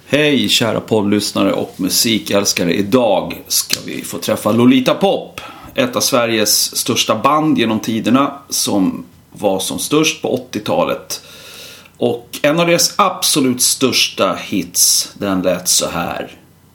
Hej kära poddlyssnare och musikälskare. Idag ska vi få träffa Lolita Pop, ett av Sveriges största band genom tiderna som var som störst på 80-talet. Och en av deras absolut största hits, den lät så här.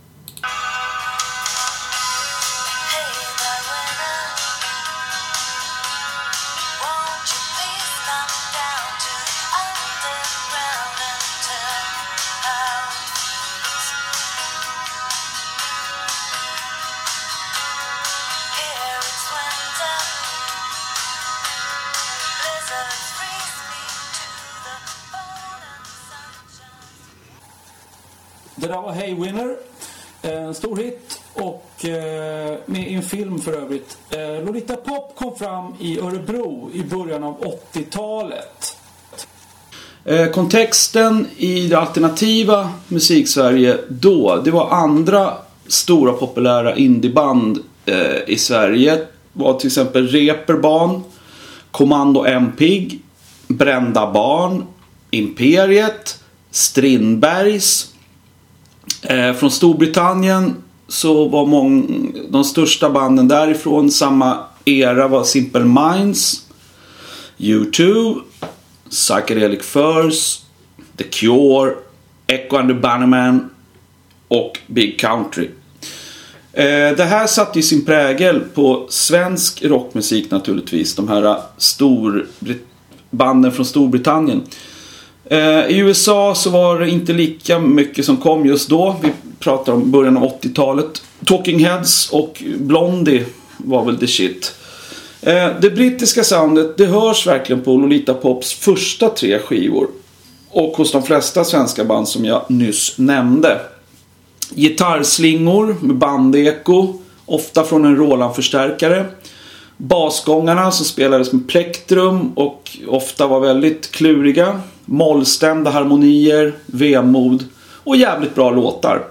Det där var Hey Winner, en stor hit och med en film för övrigt. Lolita Pop kom fram i Örebro i början av 80-talet. Kontexten i det alternativa musiksverige då, det var andra stora populära indieband i Sverige. Var till exempel Reeperbahn, Kommando MPig, Brända Barn, Imperiet, Strindbergs. Från Storbritannien så var de största banden därifrån samma era var Simple Minds, U2, Psychedelic Furs, The Cure, Echo and the Bunnymen och Big Country. Det här satte ju sin prägel på svensk rockmusik naturligtvis. De här banden från Storbritannien. I USA så var det inte lika mycket som kom just då. Vi pratar om början av 80-talet. Talking Heads och Blondie var väl the shit. Det brittiska soundet, det hörs verkligen på Lolita Pops första 3 skivor. Och hos de flesta svenska band som jag nyss nämnde. Gitarrslingor med bandeko, ofta från en Roland-förstärkare. Basgångarna som spelades med plektrum och ofta var väldigt kluriga. Mollstämda harmonier, vemod och jävligt bra låtar.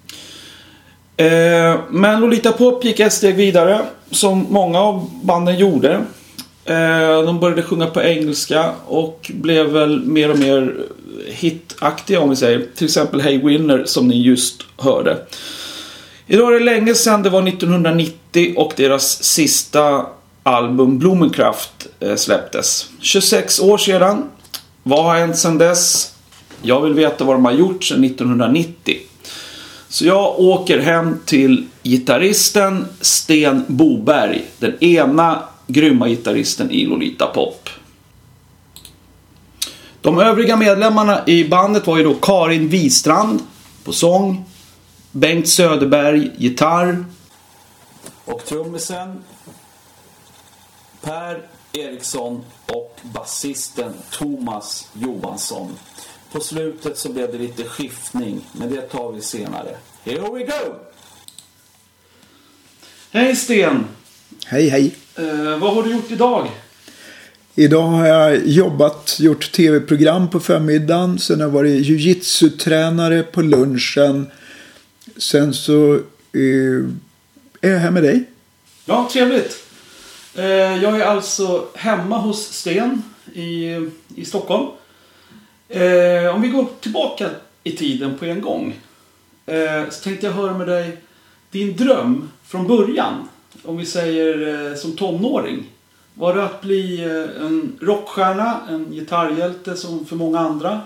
Men Lolita Pop gick ett steg vidare, som många av banden gjorde. De började sjunga på engelska och blev väl mer och mer hitaktiga, om vi säger. Till exempel Hey Winner som ni just hörde. Idag är det länge sedan, det var 1990 och deras sista album Blumenkraft släpptes. 26 år sedan. Vad har hänt sedan dess? Jag vill veta vad de har gjort sedan 1990. Så jag åker hem till gitarristen Sten Boberg, den ena grymma gitarristen i Lolita Pop. De övriga medlemmarna i bandet var ju då Karin Wistrand på sång, Bengt Söderberg gitarr och trummisen Per Eriksson och basisten Thomas Johansson. På slutet så blev det lite skiftning, men det tar vi senare. Here we go! Hej Sten! Hej. Vad har du gjort idag? Idag har jag gjort tv-program på förmiddagen. Sen har jag varit jiu-jitsu-tränare på lunchen. Sen så är jag här med dig. Ja, trevligt. Jag är alltså hemma hos Sten i Stockholm. Om vi går tillbaka i tiden på en gång, så tänkte jag höra med dig din dröm från början. Om vi säger som tonåring. Var det att bli en rockstjärna, en gitarrhjälte som för många andra?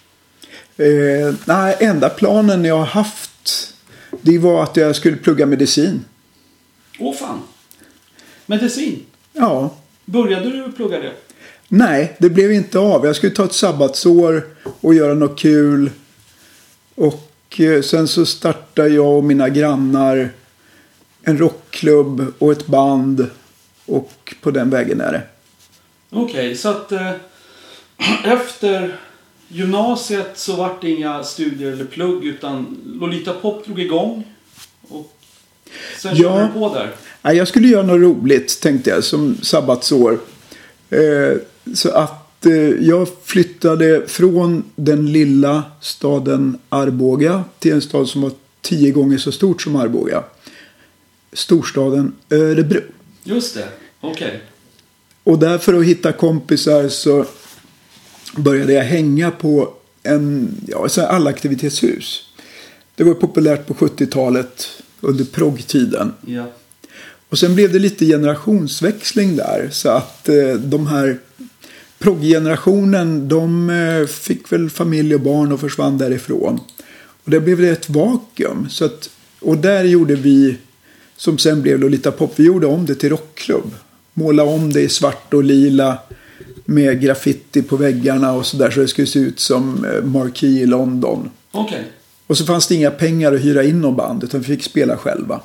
Nej, enda planen jag har haft, det var att jag skulle plugga medicin. Åh fan. Medicin? Ja. Började du plugga det? Nej, det blev inte av. Jag skulle ta ett sabbatsår och göra något kul. Och sen så startade jag och mina grannar en rockklubb och ett band. Och på den vägen är det. Okej, så att efter gymnasiet så var det inga studier eller plugg, utan Lolita Pop drog igång. Och sen körde du på där. Ja, jag skulle göra något roligt, tänkte jag, som sabbatsår. Så att jag flyttade från den lilla staden Arboga till en stad som var 10 gånger så stort som Arboga. Storstaden Örebro. Just det, okej. Och där för att hitta kompisar så började jag hänga på ett allaktivitetshus. Det var populärt på 70-talet under proggtiden. Ja. Och sen blev det lite generationsväxling där. Så att de här progggenerationen, de fick väl familj och barn och försvann därifrån. Och det blev ett vakuum. Så att, och där gjorde vi, som sen blev Lolita Pop, vi gjorde om det till rockklubb. Måla om det i svart och lila med graffiti på väggarna och sådär, så det skulle se ut som Marquee i London. Okej. Och så fanns det inga pengar att hyra in någon band, utan vi fick spela själva.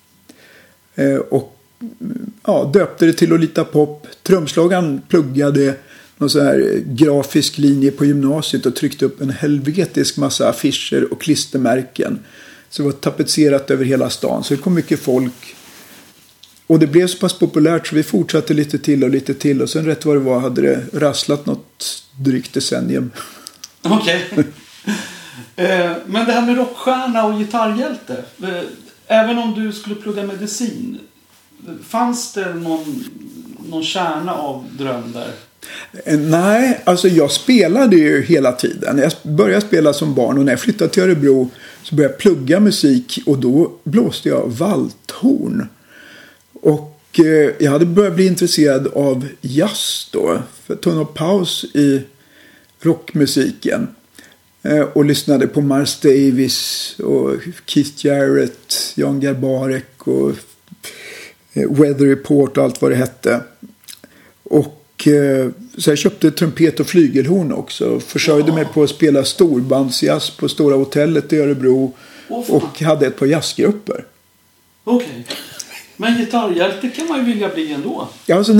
Och ja, döpte det till Lolita Pop. Trumslagaren pluggade någon så här grafisk linje på gymnasiet och tryckte upp en helvetisk massa affischer och klistermärken. Så det var tapetserat över hela stan. Så det kom mycket folk. Och det blev så pass populärt så vi fortsatte lite till och lite till. Och sen rätt vad det var hade det rasslat något drygt decennium. Okej. Men det här med rockstjärna och gitarrhjälte. Även om du skulle plugga medicin. Fanns det någon kärna av dröm där? Nej, alltså jag spelade ju hela tiden. Jag började spela som barn och när jag flyttade till Örebro så började jag plugga musik och då blåste jag valthorn. Och jag hade börjat bli intresserad av jazz då. För jag tog en paus i rockmusiken. Och lyssnade på Miles Davis och Keith Jarrett, Jan Garbarek och Weather Report och allt vad det hette. Och så jag köpte trumpet och flygelhorn också. Försörjde mig på att spela storbandsjazz på Stora hotellet i Örebro. Och hade ett par jazzgrupper. Okej. Men gitarrhjälte kan man ju vilja bli ändå. Ja, alltså när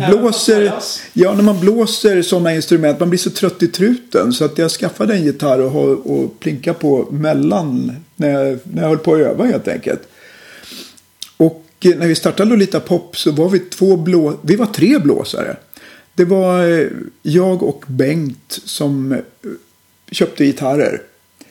man blåser sådana instrument, man blir så trött i truten. Så att jag skaffade en gitarr och plinka på mellan när jag höll på att öva helt enkelt. Och när vi startade Lolita Pop så var vi var 3 blåsare. Det var jag och Bengt som köpte gitarrer.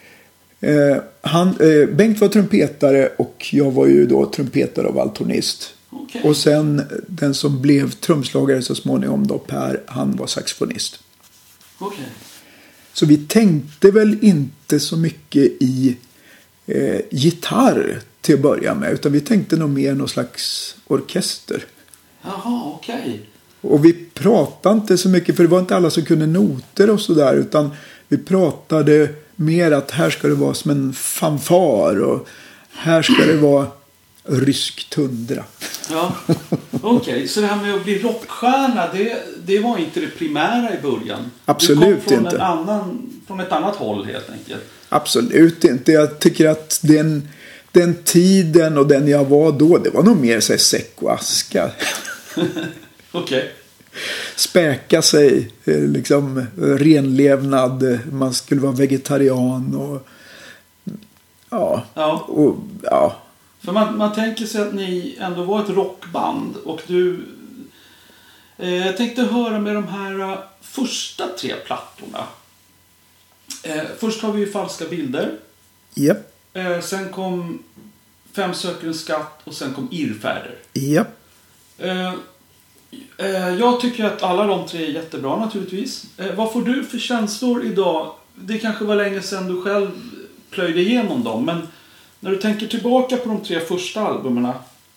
Bengt var trumpetare och jag var ju då trumpetare och valthornist. Okay. Och sen den som blev trumslagare så småningom då, Per, han var saxofonist. Okay. Så vi tänkte väl inte så mycket i gitarr till att börja med, utan vi tänkte nog mer någon slags orkester. Jaha, okej. Okay. Och vi pratade inte så mycket, för det var inte alla som kunde noter och sådär, utan vi pratade mer att här ska det vara som en fanfar och här ska det vara rysk tundra. Ja, okej. Så det här med att bli rockstjärna, det var inte det primära i början? Absolut inte. Du kom från ett annat håll helt enkelt? Absolut inte. Jag tycker att den tiden och den jag var då, det var nog mer så här säck och aska. Okej. Späka sig, liksom renlevnad, man skulle vara vegetarian och ja. Och, ja. För man tänker sig att ni ändå var ett rockband och jag tänkte höra med de här första 3 plattorna. Först har vi ju Falska bilder. Japp. Sen kom Fem söker en skatt och sen kom Irrfärder. Japp. Jag tycker att alla de 3 är jättebra naturligtvis. Vad får du för känslor idag? Det kanske var länge sedan du själv plöjde igenom dem. Men när du tänker tillbaka på de 3 första albumerna.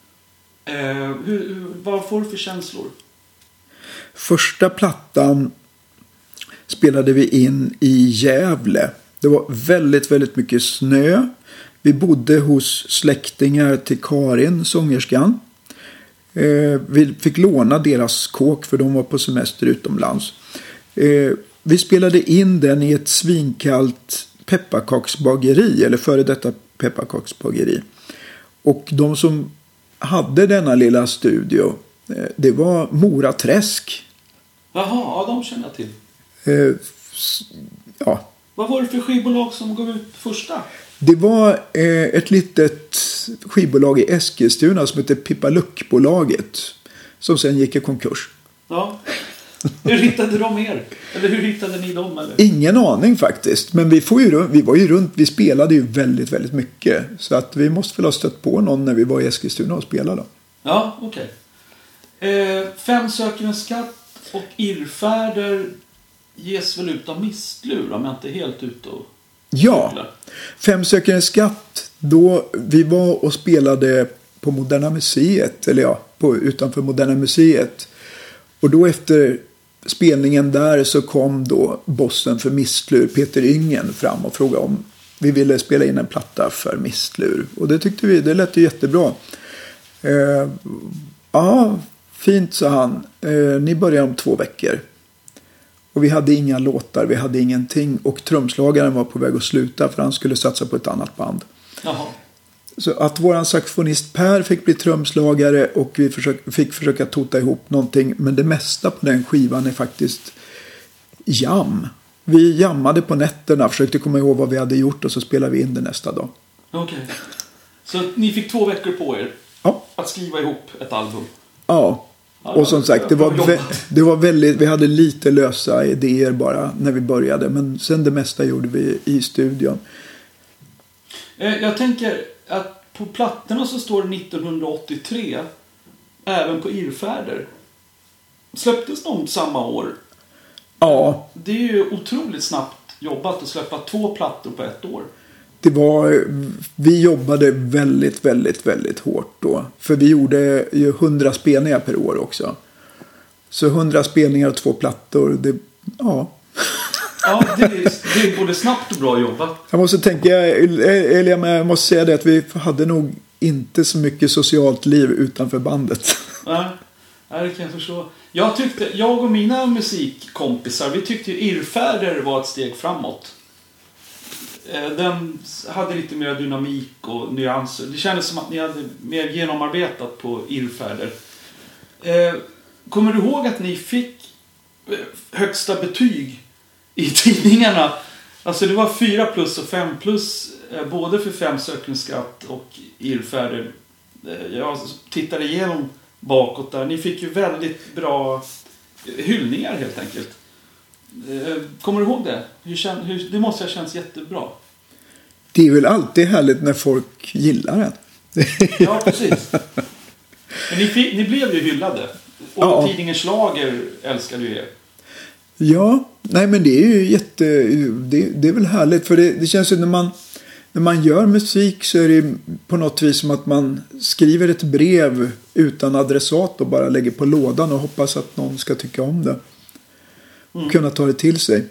Vad får du för känslor? Första plattan spelade vi in i Gävle. Det var väldigt, väldigt mycket snö. Vi bodde hos släktingar till Karin, sångerskan. Vi fick låna deras kåk för de var på semester utomlands. Vi spelade in den i ett svinkallt pepparkaksbageri, eller före detta pepparkaksbageri. Och de som hade denna lilla studio, det var Mora Träsk. Jaha, ja, de känner jag till. Ja. Vad var det för skivbolag som gav ut första? Det var ett litet skivbolag i Eskilstuna som hette Pippaluckbolaget, som sen gick i konkurs. Ja. Hur hittade de er? Eller hur hittade ni dem? Eller? Ingen aning faktiskt. Men vi var ju runt, vi spelade ju väldigt, väldigt mycket. Så att vi måste väl ha stött på någon när vi var i Eskilstuna och spelade. Ja, okej. Fem söker en skatt och Irrfärder ges väl ut av Mistlur om jag inte är helt ute och... Ja, Fem söker en skatt. Då vi var och spelade på Moderna Museet. Eller ja, utanför Moderna Museet. Och då efter spelningen där så kom då bossen för Mistlur, Peter Yngen, fram och frågade om vi ville spela in en platta för Mistlur. Och det tyckte vi, det lät ju jättebra. Ja, fint, sa han. Ni börjar om 2 veckor. Och vi hade inga låtar, vi hade ingenting. Och trumslagaren var på väg att sluta för han skulle satsa på ett annat band. Jaha. Så att våran saxofonist Per fick bli trumslagare och vi fick försöka tota ihop någonting. Men det mesta på den skivan är faktiskt jam. Vi jammade på nätterna, försökte komma ihåg vad vi hade gjort och så spelade vi in det nästa dag. Okej. Så ni fick 2 veckor på er att skriva ihop ett album? Ja. Och som sagt, det var väldigt, vi hade lite lösa idéer bara när vi började. Men sen det mesta gjorde vi i studion. Jag tänker att på plattorna så står det 1983. Även på Irrfärder. Släpptes de samma år? Ja. Det är ju otroligt snabbt jobbat att släppa 2 plattor på 1 år. Vi jobbade väldigt, väldigt, väldigt hårt då. För vi gjorde ju 100 spelningar per år också. Så 100 spelningar och 2 plattor, Ja, det är både snabbt och bra jobbat. Jag måste säga det att vi hade nog inte så mycket socialt liv utanför bandet. Nej, det kan jag förstå. Jag och mina musikkompisar, vi tyckte ju Irrfärder var ett steg framåt. Den hade lite mer dynamik och nyanser. Det kändes som att ni hade mer genomarbetat på Irrfärder. Kommer du ihåg att ni fick högsta betyg i tidningarna? Alltså det var 4+ och 5+, både för Fem söker en skatt och Irrfärder. Jag tittade igenom bakåt där. Ni fick ju väldigt bra hyllningar helt enkelt. Kommer du ihåg det? Det måste ha känts jättebra. Det är väl alltid härligt när folk gillar det. Ja, precis. Men ni blev ju hyllade. Och tidningen Schlager älskade ju er. Ja, nej men det är ju det är väl härligt. För det känns ju när man gör musik så är det på något vis som att man skriver ett brev utan adressat och bara lägger på lådan och hoppas att någon ska tycka om det. Och kunna ta det till sig.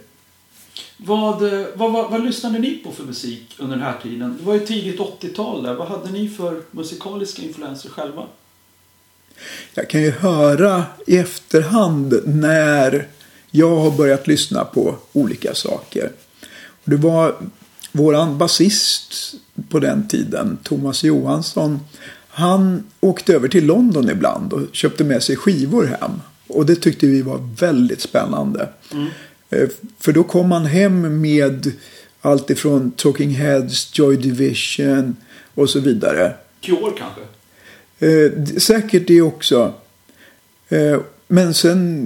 Vad lyssnade ni på för musik under den här tiden? Det var ju tidigt 80-tal där. Vad hade ni för musikaliska influenser själva? Jag kan ju höra i efterhand när jag har börjat lyssna på olika saker. Och det var våran basist på den tiden, Thomas Johansson. Han åkte över till London ibland och köpte med sig skivor hem. Och det tyckte vi var väldigt spännande. För då kom han hem med allt ifrån Talking Heads, Joy Division och så vidare. Cure kanske? Säkert det också. Men sen...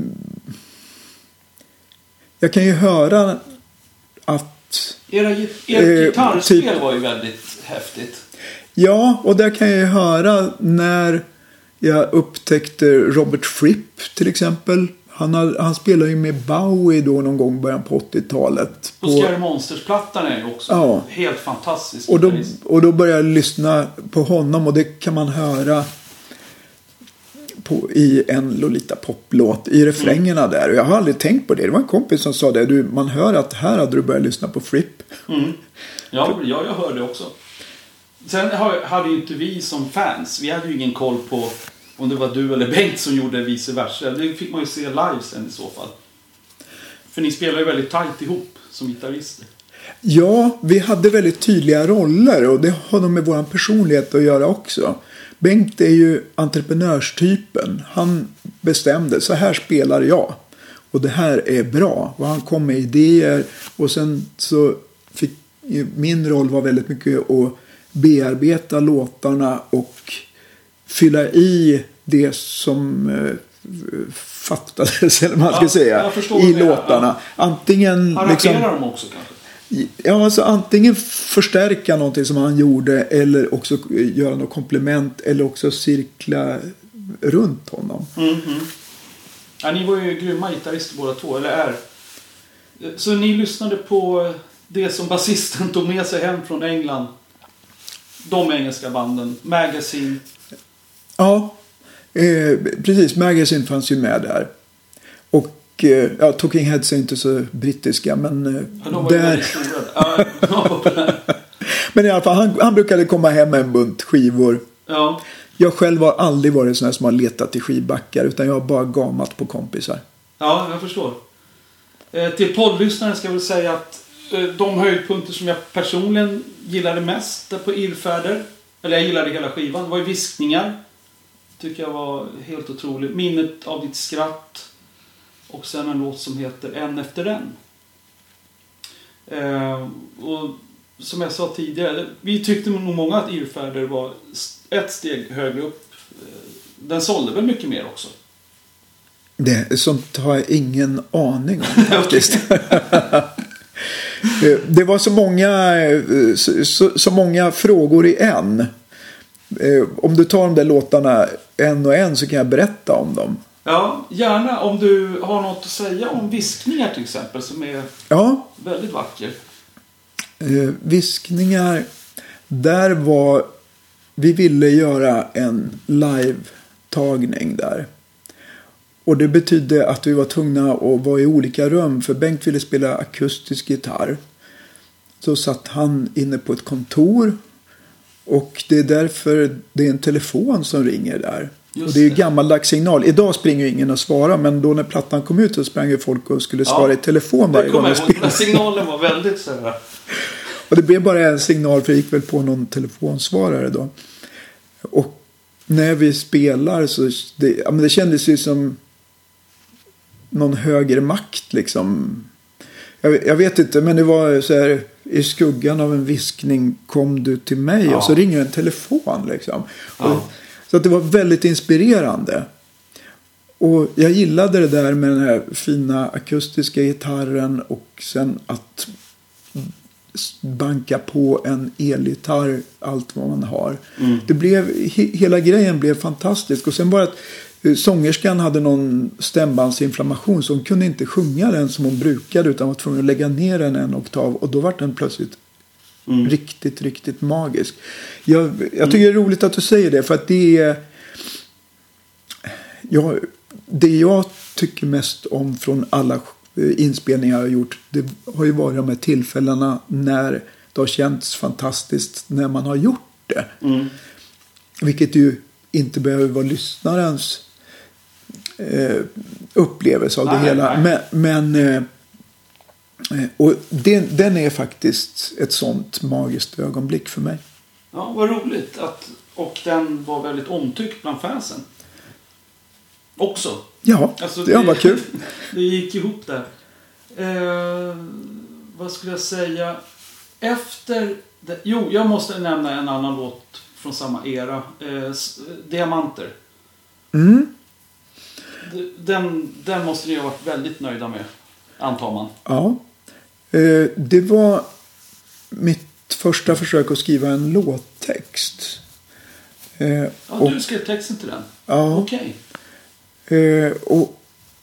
Jag kan ju höra att... Ert gitarrspel var ju väldigt häftigt. Ja, och där kan jag ju höra när jag upptäckte Robert Fripp till exempel. Han spelar ju med Bowie då någon gång början på 80-talet. Och Scary Monsters-plattan är ju också helt fantastisk. Och då började jag lyssna på honom och det kan man höra i en Lolita Pop-låt i refrängerna där. Och jag har aldrig tänkt på det. Det var en kompis som sa det. Man hör att här hade du börjat lyssna på Fripp. Ja, jag hörde också. Sen hade ju inte vi som fans. Vi hade ju ingen koll på om det var du eller Bengt som gjorde vice versa. Det fick man ju se live sen i så fall. För ni spelar ju väldigt tajt ihop som gitarrister. Ja, vi hade väldigt tydliga roller. Och det har nog med vår personlighet att göra också. Bengt är ju entreprenörstypen. Han bestämde, så här spelar jag. Och det här är bra. Och han kom med idéer. Och sen så fick min roll var väldigt mycket att bearbeta låtarna och fylla i det som fattades, eller man ska säga, i låtarna. Antingen arrangera dem också kanske? Ja, alltså antingen förstärka någonting som han gjorde eller också göra något komplement eller också cirkla runt honom. Ja, ni var ju grymma gitarrister båda två, eller är. Så ni lyssnade på det som basisten tog med sig hem från England. De engelska banden. Magazine. Ja, precis. Magazine fanns ju med där. Och Talking Heads är inte så brittiska, men de var där... stora. Men i alla fall, han brukade komma hem med en bunt skivor. Ja. Jag själv har aldrig varit sån här som har letat i skivbackar, utan jag har bara gamat på kompisar. Ja, jag förstår. Till poddlyssnaren ska jag väl säga att de höjdpunkter som jag personligen gillade mest på Irrfärder, eller jag gillade hela skivan, var ju Viskningar. Tycker jag var helt otroligt. Minnet av ditt skratt. Och sen en låt som heter En efter en. Och som jag sa tidigare, vi tyckte nog många att Irrfärder var ett steg högre upp. Den sålde väl mycket mer också. Sånt har jag ingen aning om faktiskt. Det var så många frågor i en. Om du tar de där låtarna en och en så kan jag berätta om dem. Ja, gärna om du har något att säga om Viskningar till exempel, som är väldigt vacker. Viskningar, där var vi ville göra en live-tagning där. Och det betydde att vi var tvungna att vara i olika rum, för Bengt ville spela akustisk gitarr. Så satt han inne på ett kontor, och det är därför det är en telefon som ringer där. Och det är ju gammaldags signal. Idag springer ingen och svarar, men då när plattan kom ut så sprang ju folk och skulle svara i telefon varje gång. Signalen var väldigt så här. Och det blev bara en signal, för det gick väl på någon telefonsvarare då. Och när vi spelar så det kändes ju som någon högre makt liksom. Jag vet inte, men det var så här: i skuggan av en viskning kom du till mig, och så ringer en telefon liksom. Så att det var väldigt inspirerande. Och jag gillade det där med den här fina akustiska gitarren, och sen att banka på en elgitarr, allt vad man har. Det blev, hela grejen blev fantastisk. Och sen bara att sångerskan hade någon stämbandsinflammation, så hon kunde inte sjunga den som hon brukade, utan var tvungen att lägga ner den en oktav, och då var den plötsligt riktigt, riktigt magisk. Jag tycker det är roligt att du säger det, för att det är det jag tycker mest om från alla inspelningar jag har gjort, det har ju varit de här tillfällena när det har känts fantastiskt när man har gjort det. Vilket ju inte behöver vara lyssnarens upplevelse av det hela. Men och den är faktiskt ett sånt magiskt ögonblick för mig. Ja, vad roligt. Och den var väldigt omtyckt bland fansen. Också. Ja, alltså, det var kul. Det gick ihop där. Vad skulle jag säga? Jag måste nämna en annan låt från samma era. Diamanter. Den måste ni ha varit väldigt nöjda med, antar man. Ja. Det var mitt första försök att skriva en låttext. Du skrev texten till den? Ja. Okej. Och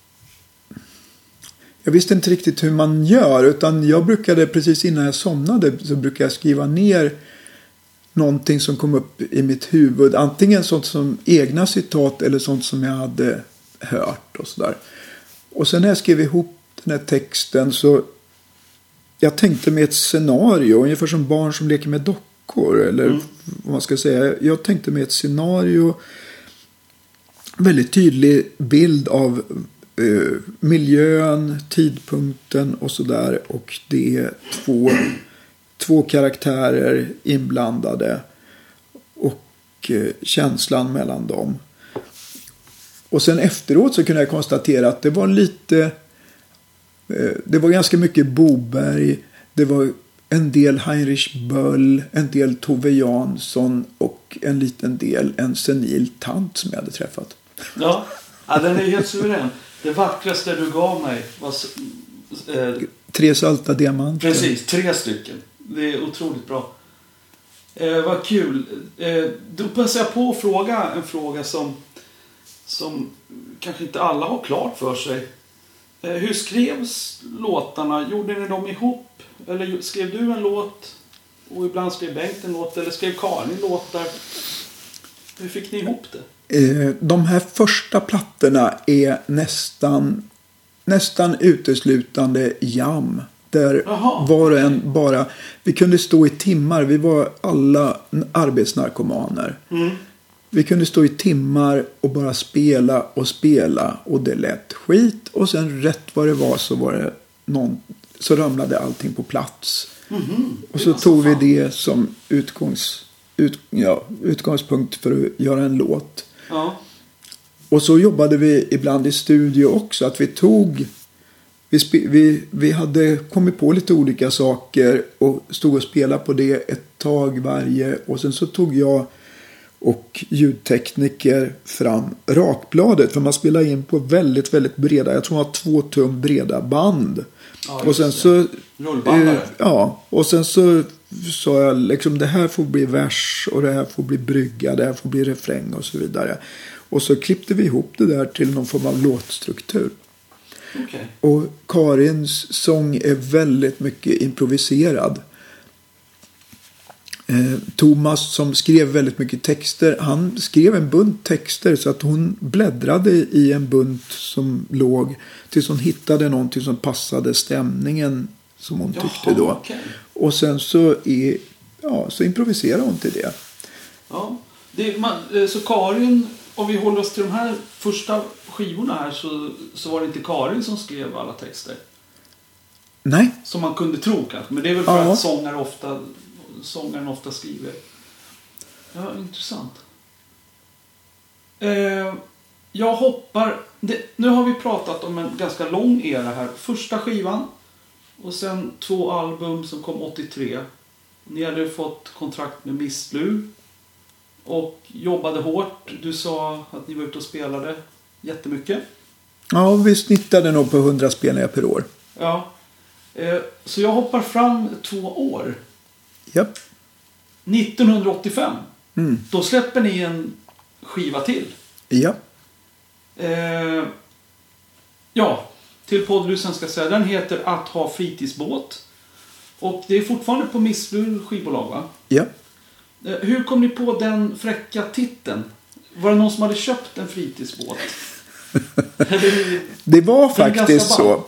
jag visste inte riktigt hur man gör, utan jag brukade precis innan jag somnade så brukade jag skriva ner någonting som kom upp i mitt huvud, antingen sånt som egna citat eller sånt som jag hade hört och sådär. Och sen när jag skrev ihop den här texten, så jag tänkte med ett scenario, ungefär som barn som leker med dockor, eller vad man ska säga. Jag tänkte med ett scenario, väldigt tydlig bild av miljön, tidpunkten och sådär, och det är två karaktärer inblandade och känslan mellan dem. Och sen efteråt så kunde jag konstatera att det var ganska mycket Boberg, det var en del Heinrich Böll, en del Tove Jansson och en liten del en senil tant som jag hade träffat. Ja, den är helt suverän. Det vackraste du gav mig var 3 salta diamanter. Precis, 3 stycken. Det är otroligt bra. Vad kul. Då passar jag på att fråga en fråga som kanske inte alla har klart för sig. Hur skrevs låtarna? Gjorde ni dem ihop? Eller skrev du en låt och ibland skrev Bengt en låt? Eller skrev Karin låtar? Hur fick ni ihop det? De här första plattorna är nästan uteslutande jam. Där var och en bara... Vi kunde stå i timmar. Vi var alla arbetsnarkomaner. Vi kunde stå i timmar och bara spela. Och det lät skit. Och sen rätt vad det var så ramlade allting på plats. Och så tog vi det som utgångspunkt för att göra en låt. Ja. Och så jobbade vi ibland i studio också. Att vi hade kommit på lite olika saker och stod och spelade på det ett tag varje. Och sen så tog jag och ljudtekniker fram rakbladet. För man spelar in på väldigt, väldigt breda. Jag tror man har 2 tum breda band. Ja, och sen så... Rullbandare. Och sen så sa jag liksom det här får bli vers och det här får bli brygga, det här får bli refräng och så vidare. Och så klippte vi ihop det där till någon form av låtstruktur. Okay. Och Karins sång är väldigt mycket improviserad. Thomas som skrev väldigt mycket texter, han skrev en bunt texter så att hon bläddrade i en bunt som låg tills hon hittade någonting som passade stämningen som hon tyckte då. Okay. Och sen så improviserade hon till det. Ja, så Karin, om vi håller oss till de här första skivorna här så var det inte Karin som skrev alla texter. Nej. Som man kunde tro kanske, men det är väl för att sångaren ofta skriver. Ja, intressant. Jag hoppar... nu har vi pratat om en ganska lång era här. Första skivan och sen 2 album som kom 83. Ni hade fått kontrakt med Misslu och jobbade hårt. Du sa att ni var ute och spelade jättemycket. Ja, vi snittade nog på 100 spelningar per år. Ja. Så jag hoppar fram 2 år. Japp. 1985. Då släpper ni en skiva till. Ja. Till poddlyssnaren ska jag säga. Den heter Att ha fritidsbåt. Och det är fortfarande på Misslu skivbolag, va? Ja. Hur kom ni på den fräcka titeln? Var det någon som hade köpt en fritidsbåt? Det var faktiskt så.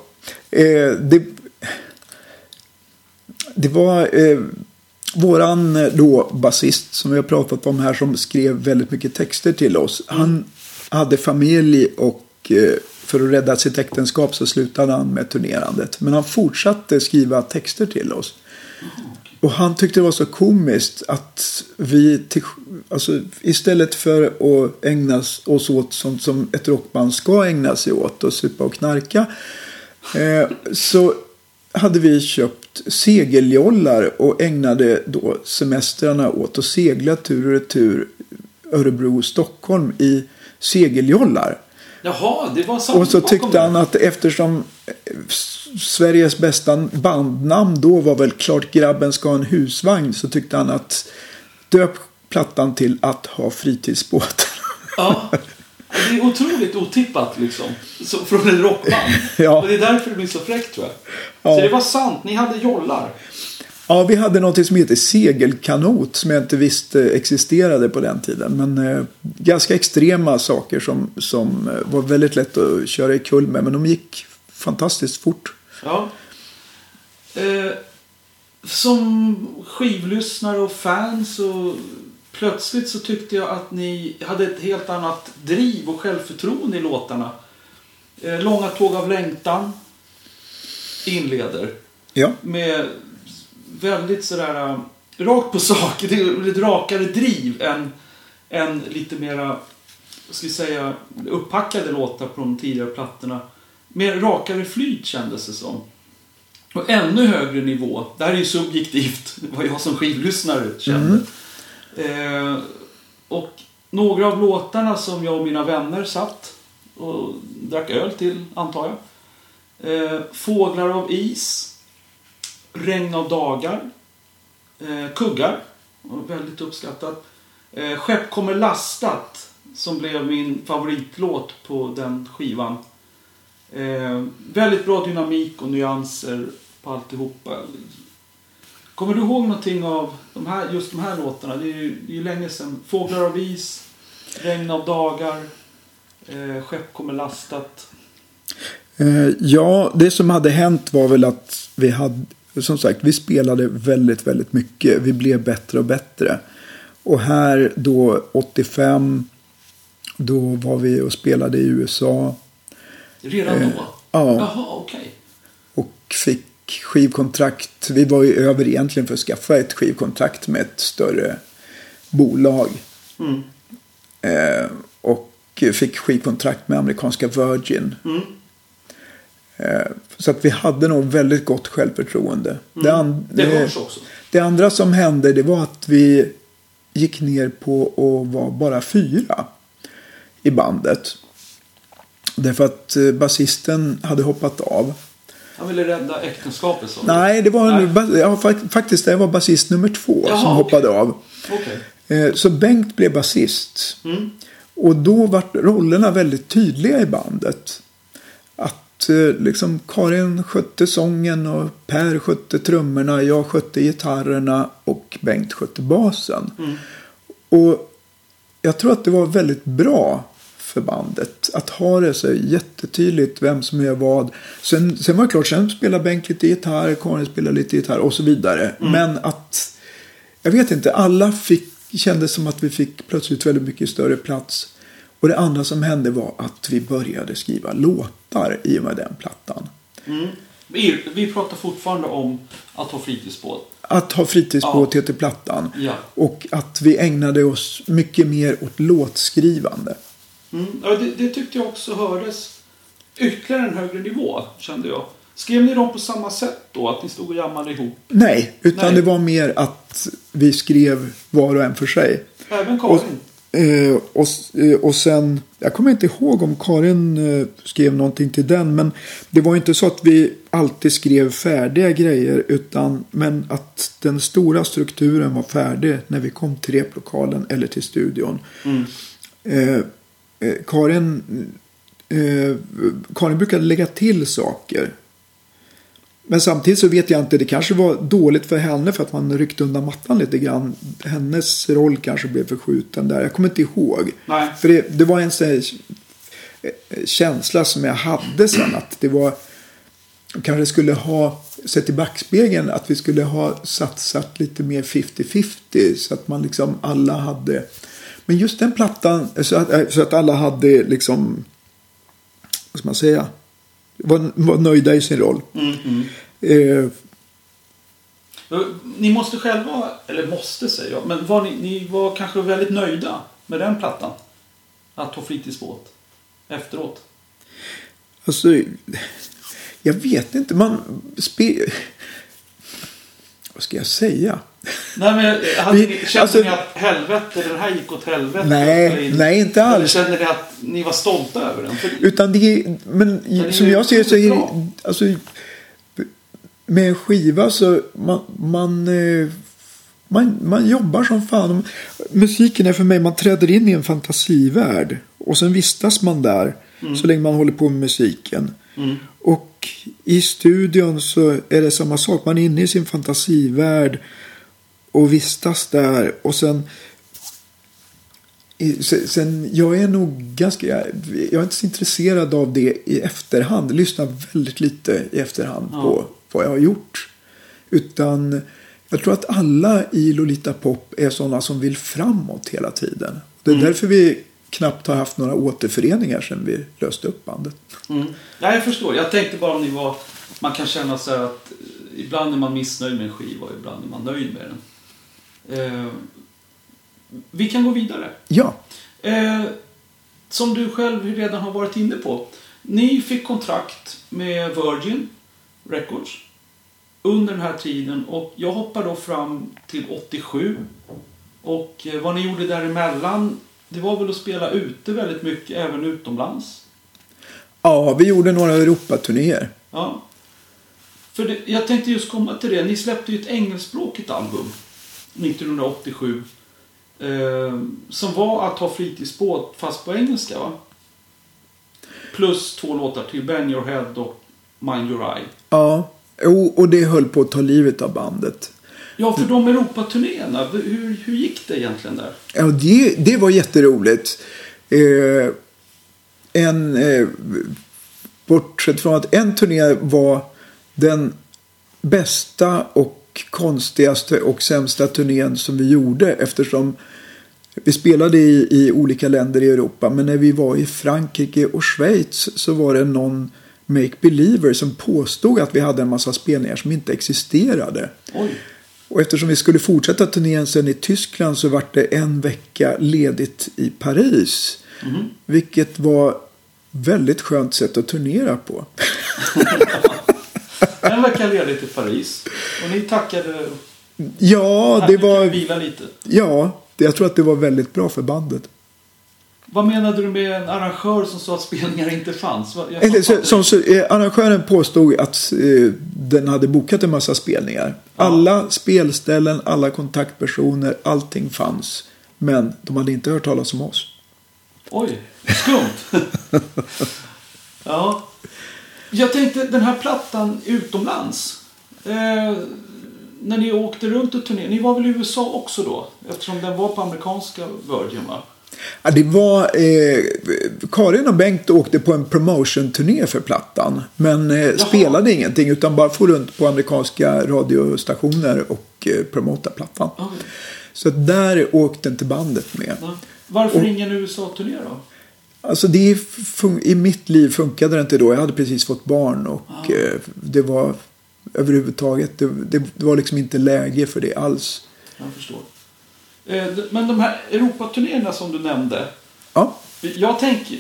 Det var våran då basist som vi har pratat om här som skrev väldigt mycket texter till oss. Han hade familj och för att rädda sitt äktenskap så slutade han med turnerandet. Men han fortsatte skriva texter till oss. Och han tyckte det var så komiskt att vi istället för att ägna oss åt sånt som ett rockband ska ägna sig åt och supa och knarka så hade vi köpt segeljollar och ägnade då semestrarna åt att segla tur och retur Örebro och Stockholm i segeljollar. Jaha, det var sant. Och så tyckte han att eftersom Sveriges bästa bandnamn då var väl klart Grabben ska ha en husvagn, så tyckte han att döp plattan till Att ha fritidsbåt. Ja, det är otroligt otippat liksom. Så, från en rockband. Ja. Och det är därför det blir så fräckt, tror jag. Ja. Så det var sant, ni hade jollar. Ja, vi hade något som heter segelkanot som jag inte visste existerade på den tiden. Men ganska extrema saker som var väldigt lätt att köra i kull med. Men de gick fantastiskt fort. Ja. Som skivlyssnare och fans och plötsligt så tyckte jag att ni hade ett helt annat driv och självförtroende i låtarna. Långa tåg av längtan inleder. Ja. Med väldigt sådär rakt på sak. Det är ett rakare driv än lite mera, ska vi säga, upppackade låtar på de tidigare plattorna. Mer rakare flyt kändes det som. Och ännu högre nivå. Det här är ju subjektivt vad jag som skivlyssnare kände. Och några av låtarna som jag och mina vänner satt och drack öl till, antar jag. Fåglar av is. Regn av dagar. Kuggar. Väldigt uppskattat. Skepp kommer lastat, som blev min favoritlåt på den skivan. Väldigt bra dynamik och nyanser på alltihopa. Kommer du ihåg någonting av just de här låtarna? Det är ju länge sedan. Fåglar av is, Regn av dagar, Skepp kommer lastat. Ja, det som hade hänt var väl att vi hade, som sagt, vi spelade väldigt, väldigt mycket. Vi blev bättre och bättre. Och här då 85, då var vi och spelade i USA. Redan då? Ja. Jaha, okej. Och fick skivkontrakt. Vi var ju över egentligen för att skaffa ett skivkontrakt med ett större bolag. Och fick skivkontrakt med amerikanska Virgin. Så att vi hade nog väldigt gott självförtroende. Det andra som hände, det var att vi gick ner på och var bara 4 i bandet. Därför att basisten hade hoppat av. Han ville rädda äktenskapet så? Nej, det var faktiskt det var basist nummer 2 som hoppade av. Så Bengt blev basist. Och då var rollerna väldigt tydliga i bandet. Att liksom Karin skötte sången och Per skötte trummorna, jag skötte gitarrerna och Bengt skötte basen. Och jag tror att det var väldigt bra för bandet att ha det så jättetydligt vem som gör vad. Sen var det klart, sen spelar Bengt lite gitarr, Karin spelar lite gitarr och så vidare. Men att, jag vet inte, alla kände som att vi fick plötsligt väldigt mycket större plats. Och det andra som hände var att vi började skriva låtar i och med den plattan. Vi pratar fortfarande om att ha fritidsbåt. Att ha fritidsbåt heter plattan. Ja. Och att vi ägnade oss mycket mer åt låtskrivande. Ja, det tyckte jag också hördes ytterligare en högre nivå, kände jag. Skrev ni dem på samma sätt då? Att ni stod och jammade ihop? Nej, utan det var mer att vi skrev var och en för sig. Även Karin? Och sen, jag kommer inte ihåg om Karin skrev någonting till den, men det var inte så att vi alltid skrev färdiga grejer, men att den stora strukturen var färdig när vi kom till replokalen eller till studion. Karin brukade lägga till saker. Men samtidigt så vet jag inte, det kanske var dåligt för henne för att man ryckte undan mattan lite grann. Hennes roll kanske blev förskjuten där. Jag kommer inte ihåg. Nej. För det var en sån känsla som jag hade sen, att det var, kanske skulle ha sett i backspegeln, att vi skulle ha satsat lite mer 50-50 så att man liksom alla hade, men just den plattan så att alla hade liksom, vad ska man säga, var nöjda i sin roll. Ni måste själva, eller måste säga, men ni var kanske väldigt nöjda med den plattan, att ha fritidsbåt efteråt? Alltså, jag vet inte, vad ska jag säga? Nej, men kände ni att helvete, det här gick åt helvete? Nej, inte alls. Eller kände ni att ni var stolta över den? Utan men som jag ser så är det, alltså, med en skiva så man jobbar som fan. Musiken är för mig, man träder in i en fantasivärld och sen vistas man där så länge man håller på med musiken. Och i studion så är det samma sak. Man är inne i sin fantasivärld och vistas där. Och sen jag är nog ganska, jag är inte så intresserad av det i efterhand. Jag lyssnar väldigt lite i efterhand på vad jag har gjort. Utan jag tror att alla i Lolita Pop är sådana som vill framåt hela tiden. Det är därför vi knappt har haft några återföreningar sedan vi löste upp bandet. Ja, jag förstår. Jag tänkte bara om man kan känna sig att ibland är man missnöjd med en skiva och ibland är man nöjd med den. Vi kan gå vidare. Ja. Som du själv redan har varit inne på. Ni fick kontrakt med Virgin Records under den här tiden, och jag hoppar då fram till 87. Och vad ni gjorde däremellan, det var väl att spela ute väldigt mycket, även utomlands? Ja, vi gjorde några Europaturnéer. Ja. För jag tänkte just komma till det. Ni släppte ju ett engelskspråkigt album 1987. Som var att ha fritidsbåt fast på engelska, va? plus 2 låtar till, Bang Your Head och Mind Your Eye. Ja, och det höll på att ta livet av bandet. Ja, för de Europaturnéerna, hur gick det egentligen där? Ja, det var jätteroligt. Bortsett från att en turné var den bästa och konstigaste och sämsta turnén som vi gjorde, eftersom vi spelade i olika länder i Europa, men när vi var i Frankrike och Schweiz så var det någon make-believer som påstod att vi hade en massa spelningar som inte existerade. Oj. Och eftersom vi skulle fortsätta turnén sen i Tyskland så var det en vecka ledigt i Paris. Mm. Vilket var väldigt skönt sätt att turnera på. En vecka ledigt i Paris. Och ni tackade... Ja, det var... Vila lite. Ja, jag tror att det var väldigt bra för bandet. Vad menade du med en arrangör som sa att spelningar inte fanns? Arrangören påstod att den hade bokat en massa spelningar. Ja. Alla spelställen, alla kontaktpersoner, allting fanns. Men de hade inte hört talas om oss. Oj, skumt. Ja. Jag tänkte, den här plattan utomlands. När ni åkte runt och turnerade, ni var väl i USA också då? Eftersom den var på amerikanska Virgin, va? Ja, det var... Karin och Bengt åkte på en promotion-turné för plattan. Men spelade ingenting, utan bara få runt på amerikanska radiostationer och promota plattan. Okay. Så där åkte inte bandet med. Ja. Varför ingen USA-turné då? Alltså i mitt liv funkade det inte då. Jag hade precis fått barn och det var överhuvudtaget, det var liksom inte läge för det alls. Jag förstår. Men de här Europaturnéerna som du nämnde. Ja. Jag tänker,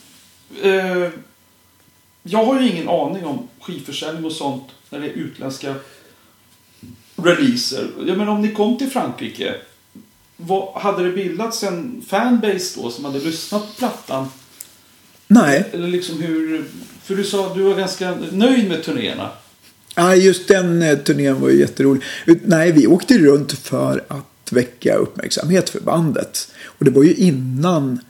jag har ju ingen aning om skivförsäljning och sånt när det är utländska releaser. Jag menar, om ni kom till Frankrike, hade det bildats en fanbase då som hade lyssnat på plattan? Nej. Eller liksom för du sa att du var ganska nöjd med turnéerna. Ja, just den turnén var ju jätterolig. Nej, vi åkte runt för att väcka uppmärksamhet för bandet. Och det var ju innan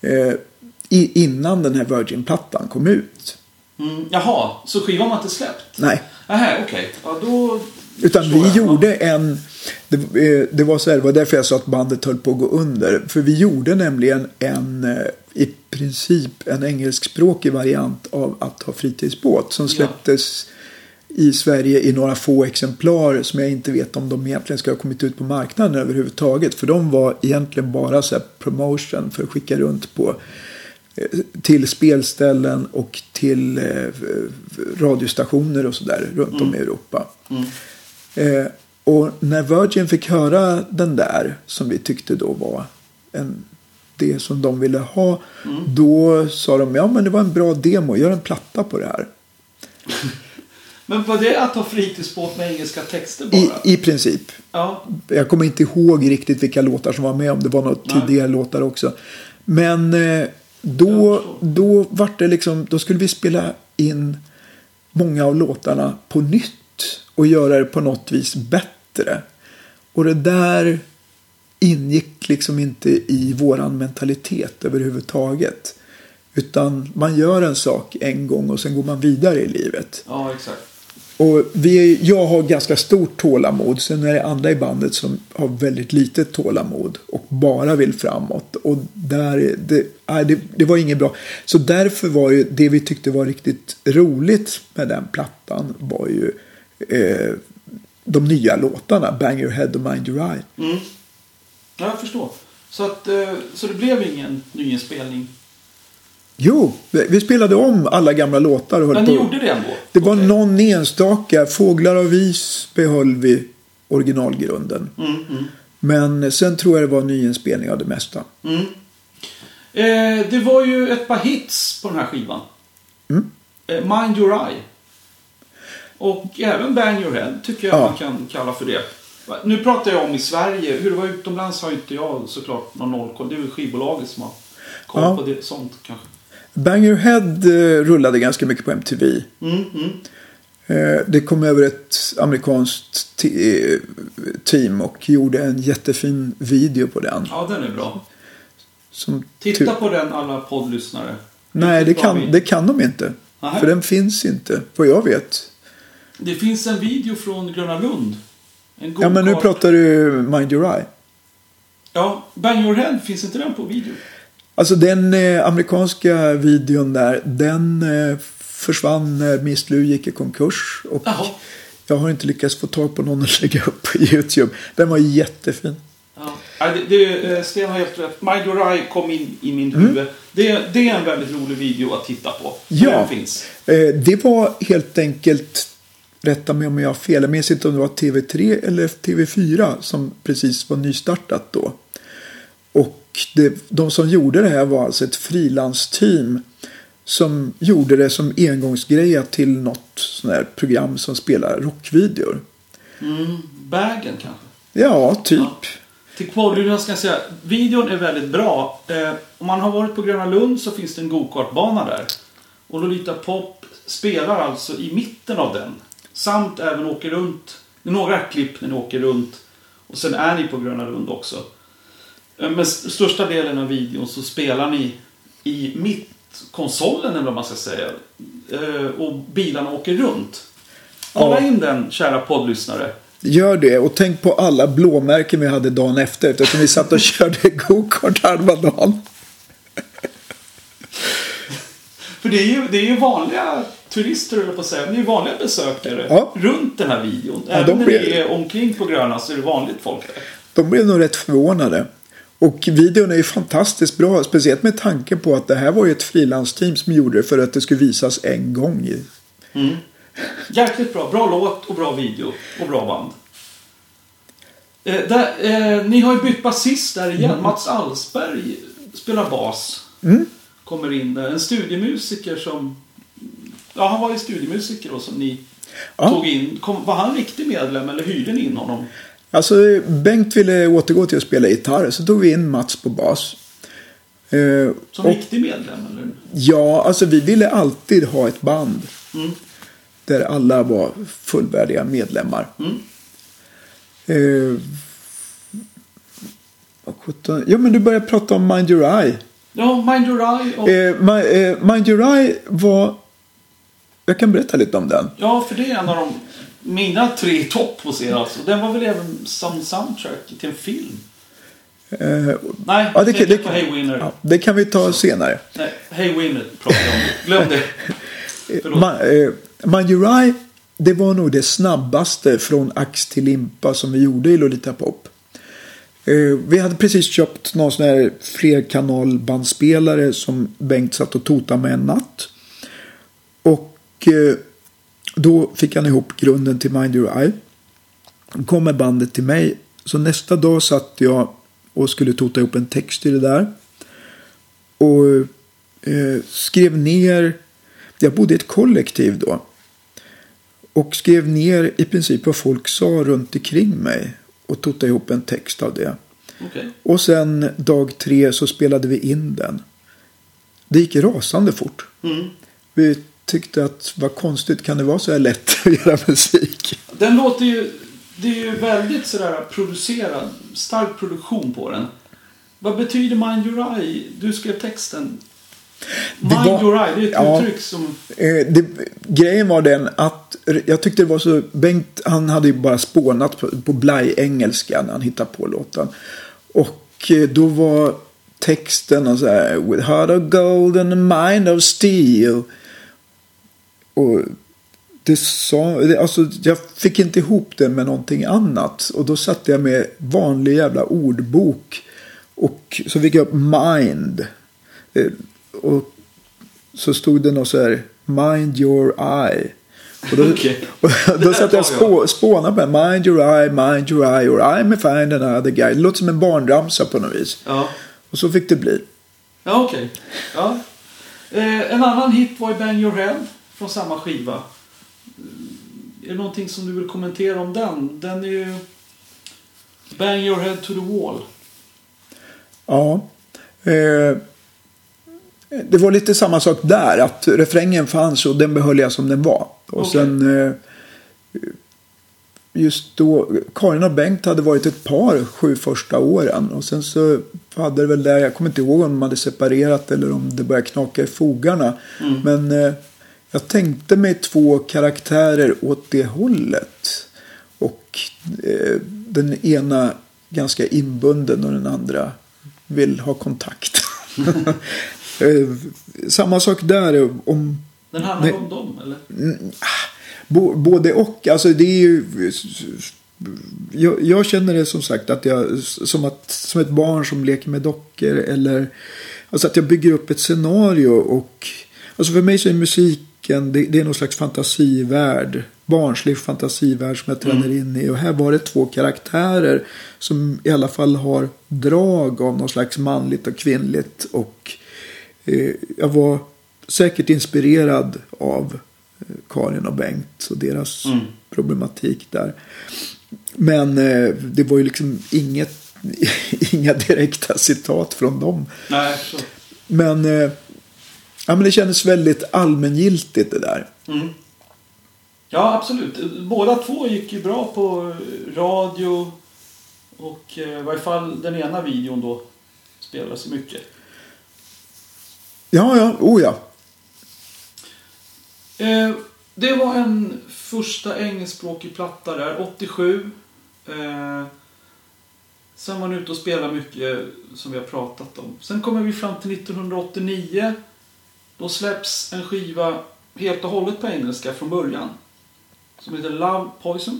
den här Virgin-plattan kom ut. Jaha, så skivan var inte släppt? Nej. Aha, okej. Ja, då... Utan vi gjorde det var så här, det var därför jag sa att bandet höll på att gå under. För vi gjorde nämligen i princip en engelskspråkig variant av Att ha fritidsbåt som släpptes i Sverige i några få exemplar som jag inte vet om de egentligen ska ha kommit ut på marknaden överhuvudtaget. För de var egentligen bara så här promotion för att skicka runt till spelställen och till radiostationer och sådär runt om i Europa. Och när Virgin fick höra den där som vi tyckte då var det som de ville ha, då sa de, ja men det var en bra demo, gör en platta på det här. Men var det att ha fritidsbåt med engelska texter bara? I princip. Ja. Jag kommer inte ihåg riktigt vilka låtar som var med, om det var något tidigare låtar också. Men då var det liksom, då skulle vi spela in många av låtarna på nytt och göra det på något vis bättre. Och det där ingick liksom inte i våran mentalitet överhuvudtaget. Utan man gör en sak en gång och sen går man vidare i livet. Ja, exakt. Och jag har ganska stort tålamod. Sen är det andra i bandet som har väldigt litet tålamod och bara vill framåt. Och det var inget bra. Så därför var ju det vi tyckte var riktigt roligt med den plattan var ju de nya låtarna, Bang Your Head och Mind Your Eye. Ja, jag förstår. Så det blev ingen nyinspelning? Jo, vi spelade om alla gamla låtar. Men ni gjorde det ändå? Det var någon enstaka. Fåglar och vis behöll vi originalgrunden. Men sen tror jag det var en nyinspelning av det mesta. Det var ju ett par hits på den här skivan. Mind Your Eye. Och även Bang Your Head tycker jag man kan kalla för det. Nu pratar jag om i Sverige. Hur det var utomlands har inte jag såklart någon nollkoll. Det är väl skivbolaget som har koll på det, sånt kanske. Bang Your Head rullade ganska mycket på MTV. Det kom över ett amerikanskt team och gjorde en jättefin video på den. Ja, den är bra. Titta på den alla poddlyssnare. Nej, det kan de inte. Aha. För den finns inte, vad jag vet. Det finns en video från Gröna Lund. Ja, men nu pratar du Mind Your Eye. Ja, Bang Your Head, finns inte den på video? Alltså den amerikanska videon där, den försvann när Miss Lu gick i konkurs. Och jag har inte lyckats få tag på någon att lägga upp på YouTube. Den var jättefin. Ja. Sten har helt rätt. My Dorai kom in i min huvud. Det är en väldigt rolig video att titta på. Ja, den finns. Det var helt enkelt, rätta mig om jag har fel, jag minns inte om det var TV3 eller TV4 som precis var nystartat då. Och de som gjorde det här var alltså ett frilansteam som gjorde det som engångsgreja till något sån här program som spelar rockvideor. Bagen kanske? Ja, typ. Ja. Till kvallyssnarna ska jag säga, videon är väldigt bra. Om man har varit på Gröna Lund så finns det en go-kartbana där. Och Lolita Pop spelar alltså i mitten av den. Samt även åker runt. Det är några klipp när ni åker runt. Och sen är ni på Gröna Lund också. Men största delen av videon så spelar ni i mittkonsolen eller vad man ska säga. Och bilarna åker runt. Kolla in den, kära poddlyssnare. Gör det, och tänk på alla blåmärken vi hade dagen efter. Eftersom vi satt och körde go-kart halva dagen. För det är ju vanliga turister, eller på att säga. Det är ju vanliga besökare runt den här videon. Även när det är omkring på Gröna så är det vanligt folk där. De blev nog rätt förvånade. Och videon är ju fantastiskt bra. Speciellt med tanke på att det här var ju ett frilansteam som gjorde det för att det skulle visas en gång. Jäkligt bra. Bra låt och bra video. Och bra band. Ni har ju bytt basist där igen. Mats Alsberg spelar bas. Kommer in där. En studiemusiker som... Ja, han var ju studiemusiker då som ni tog in. Var han riktig medlem eller hyrde ni in honom? Alltså Bengt ville återgå till att spela gitarr. Så tog vi in Mats på bas. Som riktig medlem eller? Ja, alltså vi ville alltid ha ett band. Där alla var fullvärdiga medlemmar. Ja, men du började prata om Mind Your Eye. Ja, Mind Your Eye. Och... Mind Your Eye var... Jag kan berätta lite om den. Ja, för det är en av mina 3 topp hos er alltså. Den var väl även som soundtrack till en film? Nej, det kan vi ta senare. Nej, Hey Winner pratar jag om. Glöm det. Mind Your Eye, det var nog det snabbaste från ax till limpa som vi gjorde i Lolita Pop. Vi hade precis köpt någon sån här flerkanalbandspelare som Bengt satt och totade med en natt. Och då fick han ihop grunden till Mind Your Eye. Då kom bandet till mig. Så nästa dag satt jag och skulle tota ihop en text till det där. Och skrev ner... Jag bodde i ett kollektiv då. Och skrev ner i princip vad folk sa runt omkring mig. Och tog ihop en text av det. Okay. Och sen dag 3 så spelade vi in den. Det gick rasande fort. Vi tyckte att vad konstigt kan det vara så här lätt att göra musik. Den låter ju... Det är ju väldigt sådär producerad. Stark produktion på den. Vad betyder Mind Your Eye? Du skrev texten. Mind Your Eye, det är ett uttryck som... Grejen var den att jag tyckte det var så... Bengt, han hade ju bara spånat på blaj-engelska när han hittade på låten. Och då var texten och så här... With heart of gold and a mind of steel. Och det sa... Alltså, jag fick inte ihop det med någonting annat. Och då satte jag med vanlig jävla ordbok. Och så fick jag upp mind... Och så stod det något så här Mind Your Eye. Och då, då satt jag spåna på Mind Your Eye, Mind Your Eye, or I'm a find another guy. Det låter som en barnramsa på något vis. Ja. Och så fick det bli. Ja, okej. Ja. En annan hit var ju Bang Your Head från samma skiva. Är det någonting som du vill kommentera om den? Den är ju Bang Your Head to the Wall. Ja. Det var lite samma sak där. Att refrängen fanns och den behöll jag som den var. Och sen just då Karin och Bengt hade varit ett par 7 första åren. Och sen så hade väl där, jag kommer inte ihåg om de hade separerat eller om det började knaka i fogarna. Men jag tänkte mig 2 karaktärer åt det hållet. Och den ena ganska inbunden och den andra vill ha kontakt. Samma sak där. Den handlar om dem, eller? Både och. Alltså det är ju... Jag känner det som sagt att som ett barn som leker med dockor, eller alltså att jag bygger upp ett scenario, och alltså för mig så är musiken det är någon slags fantasivärld, barnslig fantasivärld som jag tränar in i, och här var det 2 karaktärer som i alla fall har drag av någon slags manligt och kvinnligt, och jag var säkert inspirerad av Karin och Bengt och deras problematik där. Men det var ju liksom inga direkta citat från dem. Nej, så. Men det kändes väldigt allmängiltigt det där. Ja, absolut. Båda 2 gick ju bra på radio, och i varje fall den ena videon då spelade så mycket. Ja. Det var en första engelskspråkig platta där, 87. Sen var han ute och spelade mycket, som vi har pratat om. Sen kommer vi fram till 1989. Då släpps en skiva helt och hållet på engelska från början, som heter Love Poison.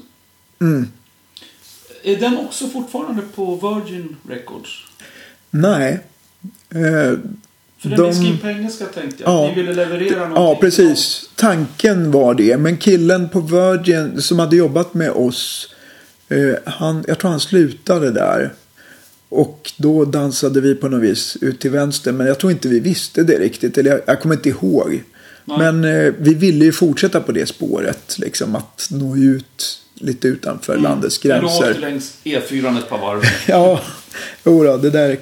Är den också fortfarande på Virgin Records? Nej. För den är skriven på engelska, tänkte jag. Ja, ni ville leverera någonting. Ja, precis. Tanken var det. Men killen på Virgin som hade jobbat med oss, jag tror han slutade där. Och då dansade vi på något vis ut till vänster. Men jag tror inte vi visste det riktigt. Eller jag kommer inte ihåg. Nej. Men vi ville ju fortsätta på det spåret. Liksom, att nå ut lite utanför landets gränser. Men då åkte längs E4 ett par varv. Ja, jodå, det där...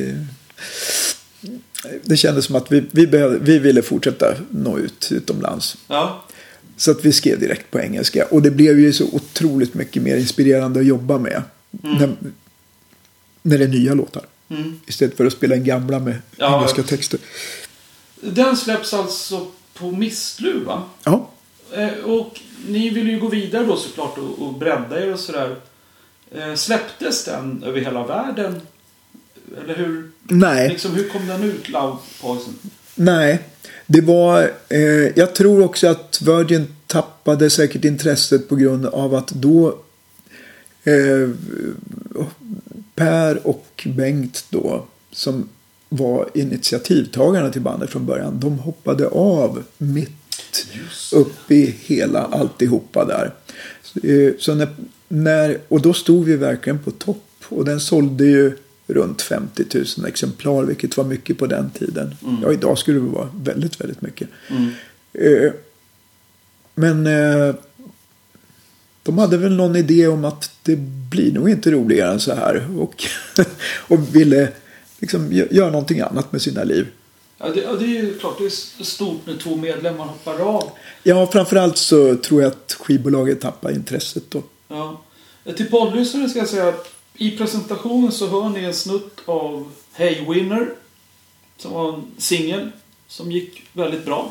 Det kändes som att vi ville fortsätta nå ut utomlands. Ja. Så att vi skrev direkt på engelska. Och det blev ju så otroligt mycket mer inspirerande att jobba med. När det är nya låtar. Istället för att spela en gamla med engelska texter. Den släpps alltså på Mistlu, va? Ja. Och ni vill ju gå vidare då såklart och bredda er och sådär. Släpptes den över hela världen? Eller hur? Nej. Liksom, hur kom den ut, Love Poison? Nej. Det var... jag tror också att Virgin tappade säkert intresset på grund av att då... Per och Bengt då, som var initiativtagarna till bandet från början, de hoppade av mitt upp i hela alltihopa där. Så och då stod vi verkligen på topp, och den sålde ju runt 50 000 exemplar, vilket var mycket på den tiden. Ja, idag skulle det vara väldigt, väldigt mycket. Men de hade väl någon idé om att det blir nog inte roligare än så här. Och ville liksom göra någonting annat med sina liv. Ja, det är ju klart, det är stort när 2 medlemmar hoppar av. Ja, framförallt så tror jag att skivbolaget tappar intresset då. Ja. Till poddlyssnare ska jag säga att i presentationen så hör ni en snutt av Hey Winner, som var en singel som gick väldigt bra.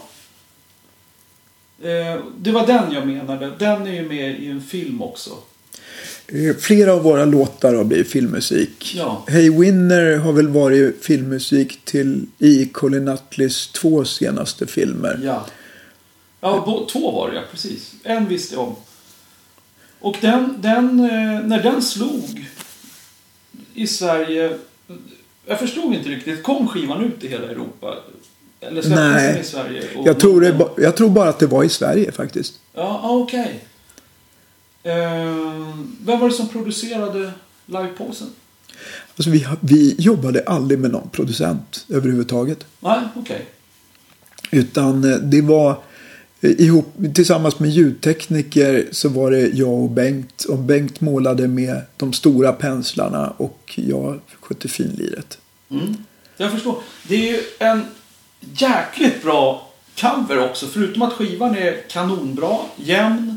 Det var den jag menade. Den är ju med i en film också. Flera av våra låtar har blivit filmmusik. Ja. Hey Winner har väl varit filmmusik i Colin Nutleys 2 senaste filmer. Ja, 2 var det, ja, precis. En visste jag om. Och när den slog i Sverige, jag förstod inte riktigt, kom skivan ut i hela Europa? Eller släpptes den i Sverige? Jag tror bara att det var i Sverige faktiskt. Ja, okej. Vem var det som producerade Live Poison? Alltså vi jobbade aldrig med någon producent överhuvudtaget. Nej, okej. Utan det var tillsammans med ljudtekniker så var det jag och Bengt. Och Bengt målade med de stora penslarna och jag skötte finliret. Jag förstår. Det är ju en jäkligt bra cover också. Förutom att skivan är kanonbra, jämn.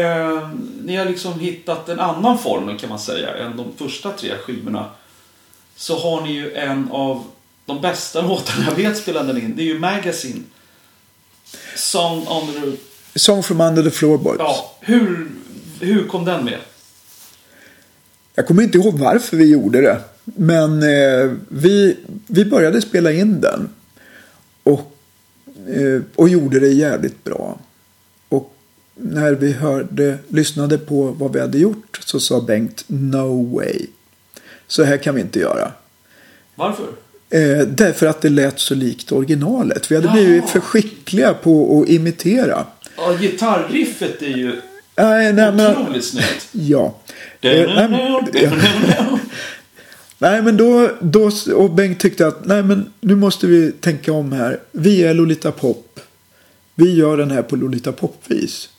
Ni har liksom hittat en annan form, kan man säga, än de första 3 skivorna. så har ni ju en av de bästa låtarna jag vet spelade den in. Det är ju Magazine. Song from Under the Floorboards. Ja, hur kom den med? Jag kommer inte ihåg varför vi gjorde det. Men vi började spela in den. Och gjorde det jävligt bra. Och när vi lyssnade på vad vi hade gjort, så sa Bengt, no way. Så här kan vi inte göra. Varför? Därför att det lät så likt originalet. Vi hade blivit för på att imitera. Ja, gitarriffet är ju otroligt snyggt. Ja. Nej, men då och Bengt tyckte att nu måste vi tänka om här. Vi är Lolita Pop. Vi gör den här på Lolita Pop-vis.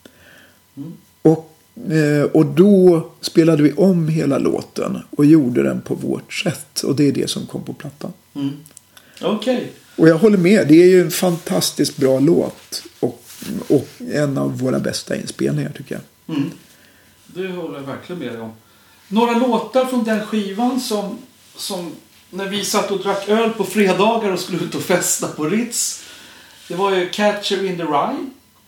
Och då spelade vi om hela låten och gjorde den på vårt sätt. Och det är det som kom på plattan. Okej. Och jag håller med. Det är ju en fantastiskt bra låt. Och en av våra bästa inspelningar, tycker jag. Det håller jag verkligen med om. Några låtar från den skivan som när vi satt och drack öl på fredagar och skulle ut och festa på Ritz. Det var ju Catcher in the Rye.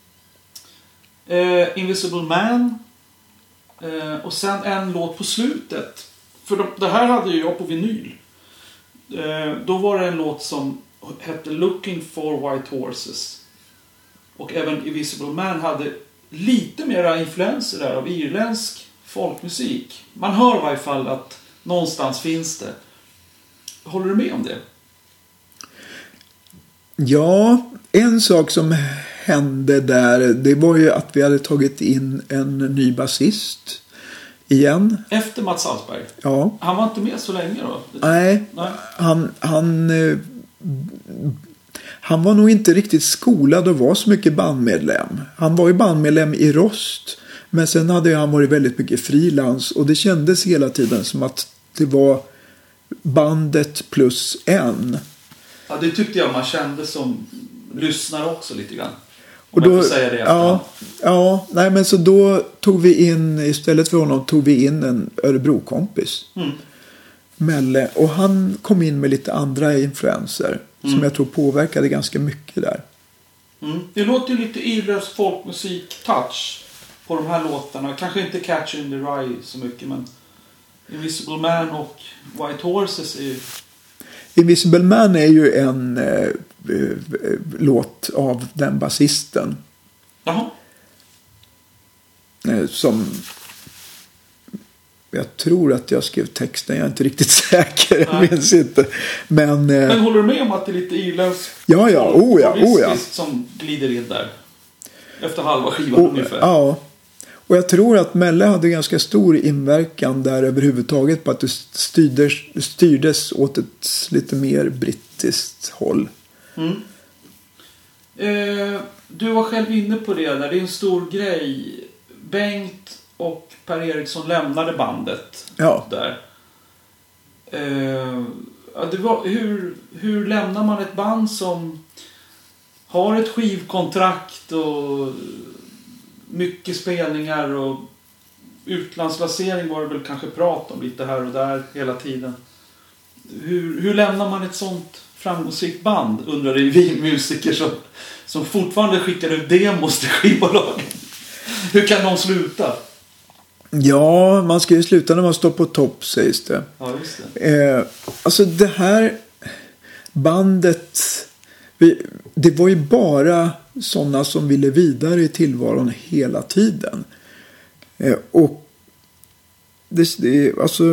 Invisible Man. Och sen en låt på slutet. För det här hade ju jag på vinyl. Då var det en låt som hette Looking for White Horses. Och även Invisible Man hade lite mera influenser där av irländsk folkmusik. Man hör i varje fall att någonstans finns det. Håller du med om det? Ja, en sak som hände där, det var ju att vi hade tagit in en ny basist igen. Efter Mats Salzberg? Ja. Han var inte med så länge då? Nej. Han var nog inte riktigt skolad och var så mycket bandmedlem. Han var ju bandmedlem i Rost. Men sen hade han varit väldigt mycket frilans. Och det kändes hela tiden som att det var bandet plus en. Ja, det tyckte jag man kände som lyssnare också lite grann. Och då, nej, men så då tog vi in, istället för honom tog vi in en Örebro-kompis. Melle. Och han kom in med lite andra influenser. Som jag tror påverkade ganska mycket där. Det låter ju lite irländsk folkmusik-touch på de här låtarna. Kanske inte Catcher in the Rye så mycket, men Invisible Man och White Horses är ju... Invisible Man är ju en låt av den basisten. Jaha. Som... Jag tror att jag skrev texten. Jag är inte riktigt säker. Jag minns inte. Men håller du med om att det är lite irländsk? Ja. Som glider in där. Efter halva skivan ungefär. Ja. Och jag tror att Melle hade ganska stor inverkan där överhuvudtaget på att det styrdes åt ett lite mer brittiskt håll. Du var själv inne på det där. Det är en stor grej. Bengt och Per Eriksson lämnade bandet där. Det var, hur lämnar man ett band som har ett skivkontrakt och mycket spelningar och utlandsplacering var det väl kanske prat om lite här och där hela tiden. Hur lämnar man ett sånt framgångsrikt band, undrar vi musiker som fortfarande skickar ut demos till skivbolagen? Hur kan de sluta? Ja, man ska ju sluta när man står på topp, sägs det. Ja, just det. Alltså det här bandet, det var ju bara sådana som ville vidare i tillvaron hela tiden. Och alltså,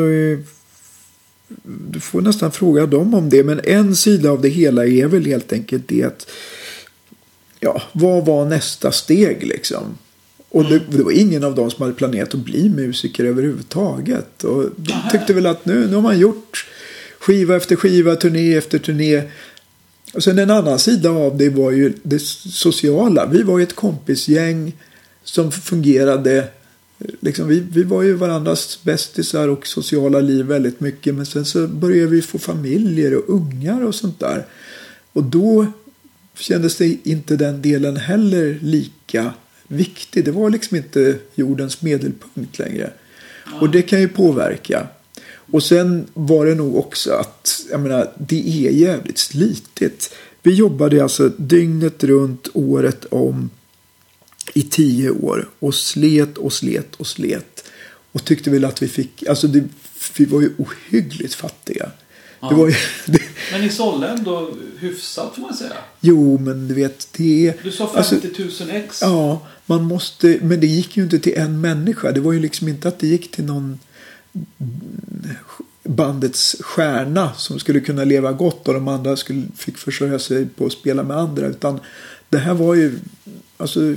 du får nästan fråga dem om det, men en sida av det hela är väl helt enkelt det att vad var nästa steg liksom? Och det var ingen av dem som hade planerat att bli musiker överhuvudtaget. Och de tyckte väl att nu har man gjort skiva efter skiva, turné efter turné. Och sen en annan sida av det var ju det sociala. Vi var ju ett kompisgäng som fungerade. Liksom, vi var ju varandras bästisar och sociala liv väldigt mycket. Men sen så började vi få familjer och ungar och sånt där. Och då kändes det inte den delen heller lika viktig. Det var liksom inte jordens medelpunkt längre. Och det kan ju påverka. Och sen var det nog också att, jag menar, det är jävligt slitigt. Vi jobbade alltså dygnet runt, året om, i 10 år. Och slet och slet och slet. Och tyckte väl att vi fick, alltså vi var ju ohyggligt fattiga. Ja. Det var ju, Men ni sålde ändå hyfsat, får man säga. Jo, men du vet, det... Du sa 50 000 ex. Ja, man måste... Men det gick ju inte till en människa. Det var ju liksom inte att det gick till någon bandets stjärna som skulle kunna leva gott och de andra fick försörja sig på att spela med andra. Utan det här var ju... Alltså...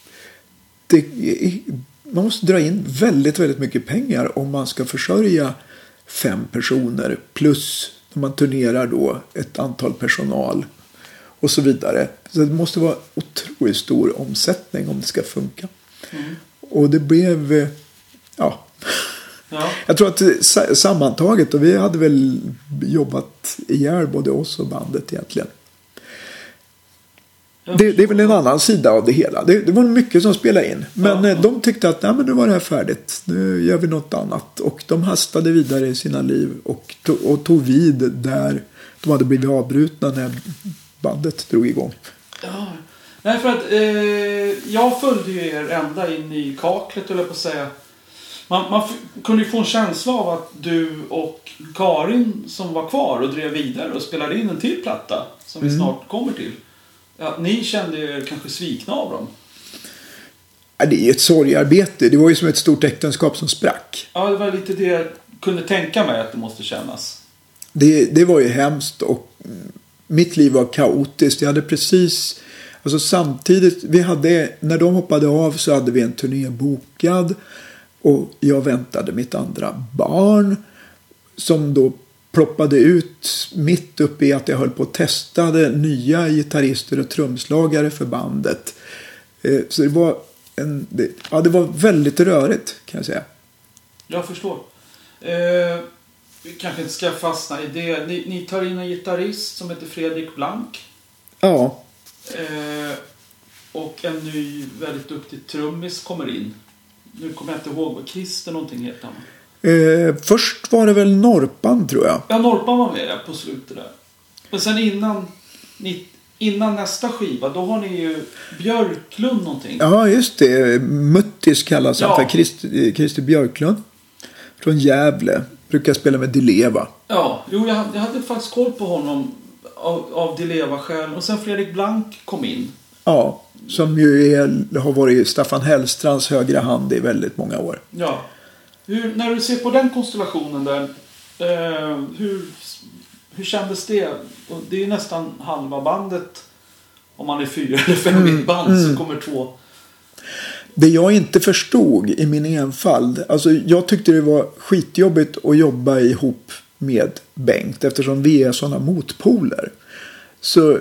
Man måste dra in väldigt, väldigt mycket pengar om man ska försörja 5 personer plus när man turnerar då ett antal personal och så vidare. Så det måste vara otroligt stor omsättning om det ska funka. Och det blev ja. Jag tror att sammantaget, och vi hade väl jobbat ihjäl både oss och bandet egentligen. Det är väl en annan sida av det hela. Det var mycket som spelade in. Men de tyckte att men nu var det här färdigt. Nu gör vi något annat. Och de hastade vidare i sina liv. Och tog vid där de hade blivit avbrutna när bandet drog igång. Ja. Nej, för att jag följde ju er ända in i kaklet, eller på att säga. Man kunde ju få en känsla av att du och Karin som var kvar och drev vidare och spelade in en till platta som vi snart kommer till. Ja, ni kände er kanske svikna av dem. Ja, det är ett sorgarbete. Det var ju som ett stort äktenskap som sprack. Ja, det var lite det jag kunde tänka mig att det måste kännas. Det var ju hemskt och mitt liv var kaotiskt. Jag hade precis... Alltså samtidigt, när de hoppade av så hade vi en turné bokad. Och jag väntade mitt andra barn som då ploppade ut mitt uppe i att jag höll på att testa nya gitarrister och trumslagare för bandet. Så det var väldigt rörigt, kan jag säga. Jag förstår. Vi kanske inte ska fastna i det. Ni tar in en gitarrist som heter Fredrik Blank. Ja. Och en ny väldigt duktig trummis kommer in. Nu kommer jag inte ihåg vad Christer någonting heter han. Först var det väl Norpan, tror jag. Ja, Norpan var med på slutet där. Men sen innan nästa skiva, då har ni ju Björklund någonting. Ja, just det. Muttis kallas han för Christer Björklund. Från Gävle. Brukar spela med Dileva. Ja, jag hade faktiskt koll på honom av Dileva-skäl. Och sen Fredrik Blank kom in. Ja, som ju har varit Staffan Hellstrands högra hand i väldigt många år. Ja. När du ser på den konstellationen där, hur kändes det? Och det är nästan halva bandet. Om man är 4 eller 5 i ett band så kommer 2. Det jag inte förstod i min enfald, alltså jag tyckte det var skitjobbigt att jobba ihop med Bengt eftersom vi är sådana motpoler. Så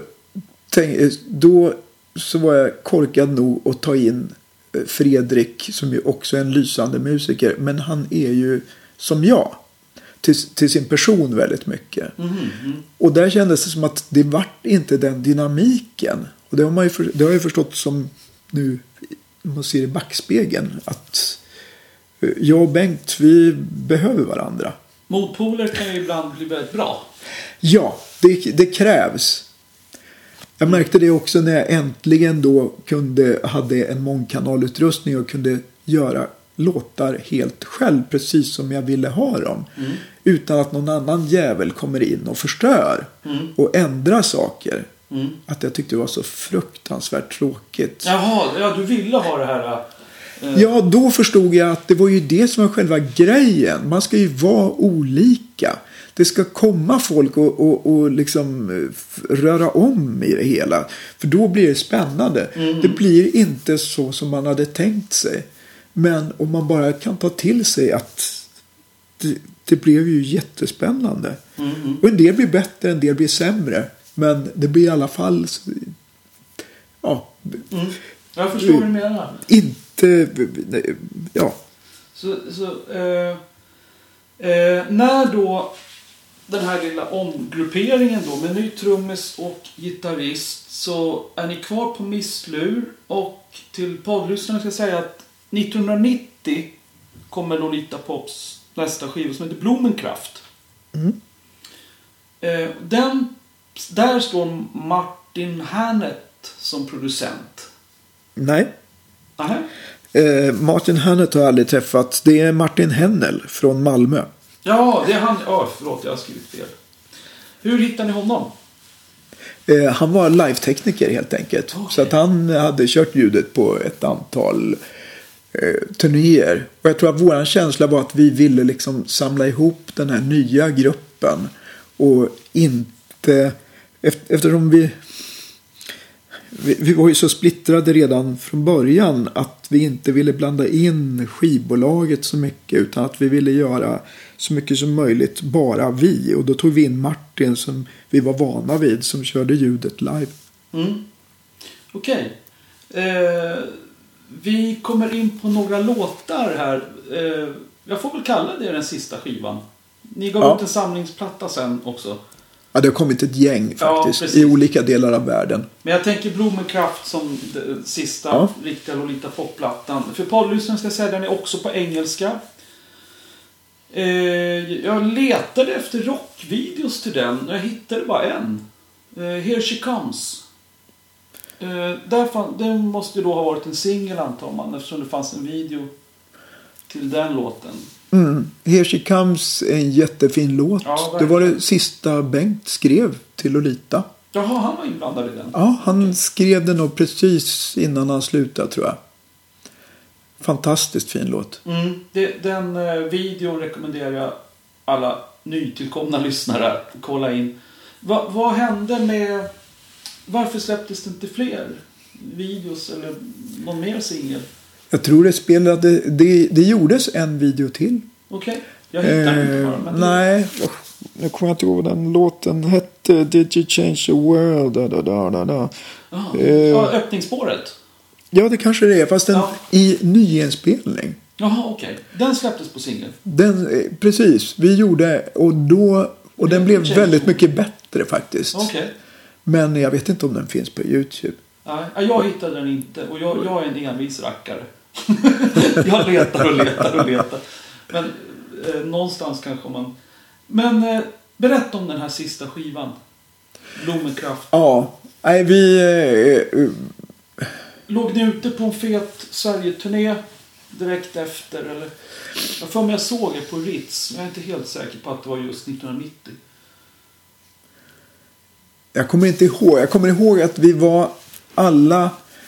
var jag korkad nog att ta in Fredrik som ju också är en lysande musiker, men han är ju som jag till sin person väldigt mycket. Och där kändes det som att det vart inte den dynamiken, och det har jag förstått som nu man ser i backspegeln att jag och Bengt, vi behöver varandra. Motpoler kan ju ibland bli väldigt bra. Ja, det krävs. Jag märkte det också när jag äntligen då hade en mångkanalutrustning och kunde göra låtar helt själv, precis som jag ville ha dem. Utan att någon annan jävel kommer in och förstör och ändrar saker. Att jag tyckte det var så fruktansvärt tråkigt. Jaha, ja, du ville ha det här. Ja, då förstod jag att det var ju det som var själva grejen. Man ska ju vara olika. Det ska komma folk och liksom röra om i det hela. För då blir det spännande. Det blir inte så som man hade tänkt sig. Men om man bara kan ta till sig att det blev ju jättespännande. Och en del blir bättre, en del blir sämre. Men det blir i alla fall... Ja. Jag förstår vad du menar. Inte... Ja. Så när då den här lilla omgrupperingen då med ny trummis och gitarrist, så är ni kvar på Misslur, och till poddlyssnarna ska jag säga att 1990 kommer Lolita Pops nästa skiva som heter Blumenkraft. Där står Martin Hannett som producent. Nej. Aha. Martin Hannett har jag aldrig träffat. Det är Martin Hennel från Malmö. Ja, det är han. Förlåt, jag har skrivit fel. Hur hittar ni honom? Han var live-tekniker helt enkelt. Okay. Så att han hade kört ljudet på ett antal turnéer. Och jag tror att våran känsla var att vi ville liksom samla ihop den här nya gruppen. Och inte... Eftersom vi var ju så splittrade redan från början att vi inte ville blanda in skivbolaget så mycket, utan att vi ville göra så mycket som möjligt bara vi. Och då tog vi in Martin som vi var vana vid, som körde ljudet live. Okej. Vi kommer in på några låtar här. Jag får väl kalla det den sista skivan. Ni gav ut en samlingsplatta sen också. Ja, det har kommit ett gäng faktiskt i olika delar av världen. Men jag tänker Blumenkraft som sista riktiga Lolita Pop-plattan. För poddlyssnaren ska jag säga, den är också på engelska. Jag letade efter rockvideos till den och jag hittade bara en. Here She Comes. Den måste ju då ha varit en singel, antar man, eftersom det fanns en video till den låten. Here She Comes är en jättefin låt. Ja, det var det sista Bengt skrev till Lolita. Jaha, han var inblandad i den. Ja, han skrev den nog precis innan han slutade, tror jag. Fantastiskt fin låt. Den videon rekommenderar jag alla nytillkomna lyssnare att kolla in. Vad hände med... Varför släpptes det inte fler videos eller någon mer singel? Jag tror det gjordes en video till. Okej. Jag hittar inte bara. Men nej, jag kommer inte ihåg vad den låten hette. Did you change the world? Öppningsspåret. Ja, det kanske det är. Fast den i nyinspelning. Jaha, okej. Den släpptes på singel. Precis. Vi gjorde och den blev väldigt mycket bättre faktiskt. Okej. Men jag vet inte om den finns på YouTube. Nej, jag hittade den inte. Och jag är en envis rackare. Jag letar. Men någonstans kanske man... Men berätta om den här sista skivan. Blumenkraft. Ja, nej Låg ni ute på en fet Sverige-turné direkt efter? Eller? Jag får mig jag såg det på Ritz. Jag är inte helt säker på att det var just 1990. Jag kommer inte ihåg. Jag kommer ihåg att vi var alla...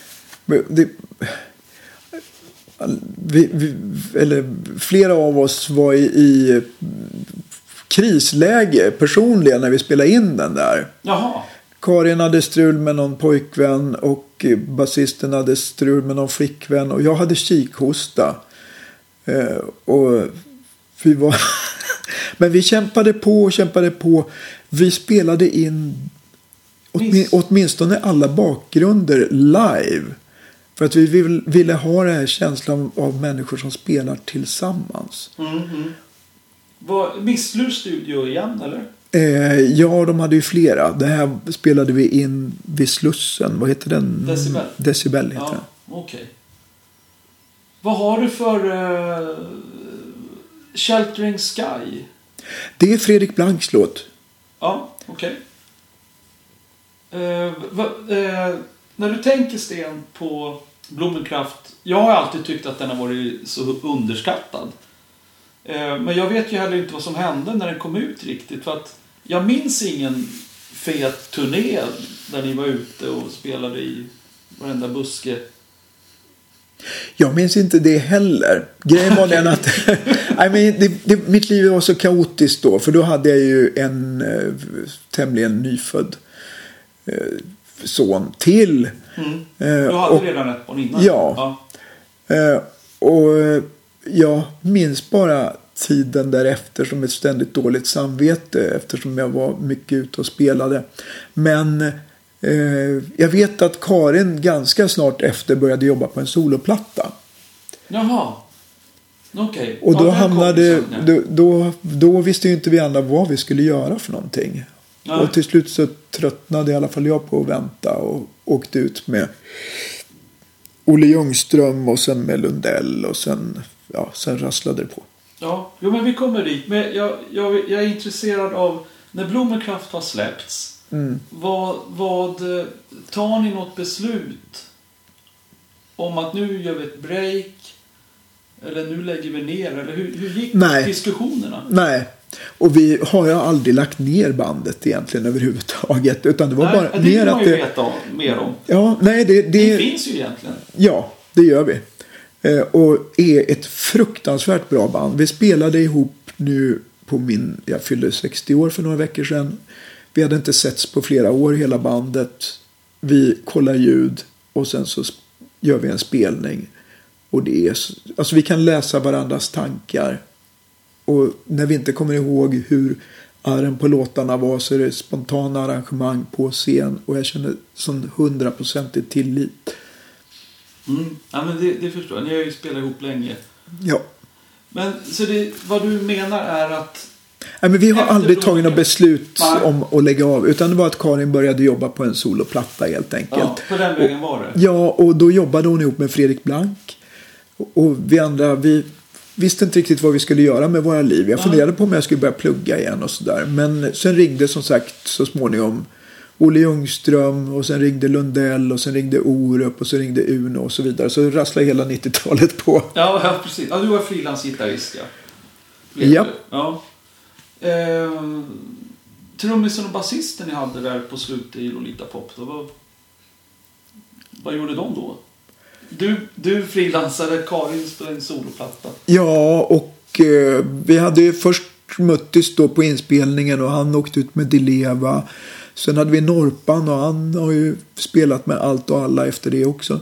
eller flera av oss var i krisläge personligen när vi spelade in den där. Jaha. Karin hade strul med någon pojkvän och basisten hade strul med någon flickvän och jag hade kikhosta. Och vi var... Men vi kämpade på. Vi spelade in åtminstone alla bakgrunder live. För att vi ville ha den här känslan av människor som spelar tillsammans. Var Visslur studio igen, eller? Ja, de hade ju flera. Det här spelade vi in vid Slussen. Vad heter den? Decibel heter den. Okej. Vad har du för Sheltering Sky? Det är Fredrik Blanks låt. Ja, okej. När du tänker, Sten, på Blumenkraft, jag har alltid tyckt att den har varit så underskattad. Men jag vet ju heller inte vad som hände när den kom ut riktigt. För att jag minns ingen fet turné där ni var ute och spelade i varenda buske. Jag minns inte det heller. Grejen var den att mitt liv var så kaotiskt då. För då hade jag ju en tämligen nyfödd son till. Du hade redan ett barn innan. Ja. Och jag minns bara tiden därefter som ett ständigt dåligt samvete eftersom jag var mycket ute och spelade. Men jag vet att Karin ganska snart efter började jobba på en soloplatta. Jaha. Okej. Och då visste ju inte vi andra vad vi skulle göra för någonting. Nej. Och till slut så tröttnade i alla fall jag på att vänta och åkte ut med Olle Ljungström och sen med Lundell och sen rasslade det på. Ja, jo, men vi kommer dit. Men jag är intresserad av, när Blommenkraft har släppts, vad tar ni något beslut om att nu gör vi ett break, eller nu lägger vi ner, eller hur gick diskussionerna? Nej, och vi har ju aldrig lagt ner bandet egentligen överhuvudtaget, utan det var bara det mer kan att man ju veta mer om. Ja, nej, det finns ju egentligen. Ja, det gör vi. Och är ett fruktansvärt bra band. Vi spelade ihop nu på jag fyllde 60 år för några veckor sedan. Vi hade inte setts på flera år, hela bandet. Vi kollar ljud och sen så gör vi en spelning. Och det är, alltså vi kan läsa varandras tankar. Och när vi inte kommer ihåg hur arren på låtarna var, så är det spontana arrangemang på scen. Och jag känner sån 100% tillit. Ja, men det förstår jag. Ni har ju spelat ihop länge. Ja. Men så vad du menar är att... Nej, men vi har aldrig tagit något beslut om att lägga av. Utan det var att Karin började jobba på en soloplatta helt enkelt. Ja, på den vägen var det. Ja, och då jobbade hon ihop med Fredrik Blank. Och vi andra, vi visste inte riktigt vad vi skulle göra med våra liv. Jag funderade på om jag skulle börja plugga igen och sådär. Men sen ringde som sagt så småningom Olle Ljungström, och sen ringde Lundell, och sen ringde Orup, och sen ringde Uno och så vidare. Så rasslade hela 90-talet på. Ja, precis. Ja, du var frilansgitarrist, ja. Ja. Trummisen och basisten ni hade där på slutet i Lolita Pop, då, vad gjorde de då? Du frilansade, Karin spelade en soloplatta. Ja, och vi hade ju först mötts då på inspelningen, och han åkte ut med Dileva. Sen hade vi Norpan, och han har ju spelat med allt och alla efter det också.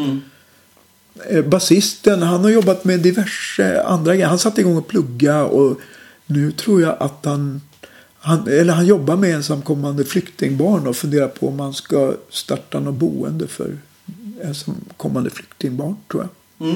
Basisten, han har jobbat med diverse andra grejer. Han satte igång och plugga, och nu tror jag att han jobbar med ensamkommande flyktingbarn och funderar på om man ska starta något boende för ensamkommande flyktingbarn, tror jag.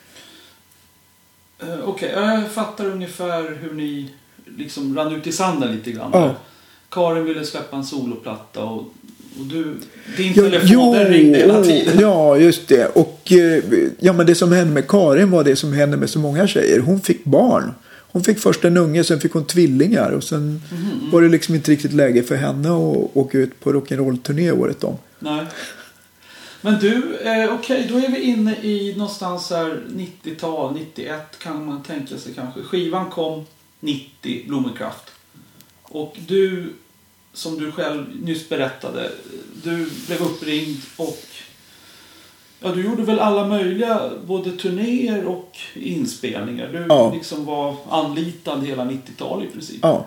Okej, jag fattar ungefär hur ni liksom rann ut i sanden lite grann. Ja. Karin ville släppa en soloplatta, och din telefon den ringde hela tiden. Ja, just det. Och men det som hände med Karin var det som hände med så många tjejer. Hon fick barn. Hon fick först en unge, sen fick hon tvillingar, och sen var det liksom inte riktigt läge för henne att åka ut på rock'n'roll-turné året om. Nej. Men du, okej, då är vi inne i någonstans här 90-tal, 91 kan man tänka sig kanske. Skivan kom 90, Blommenkraft. Och du, som du själv nyss berättade, du blev uppringd och du gjorde väl alla möjliga, både turnéer och inspelningar. Du liksom var anlitad hela 90-talet i princip. Ja.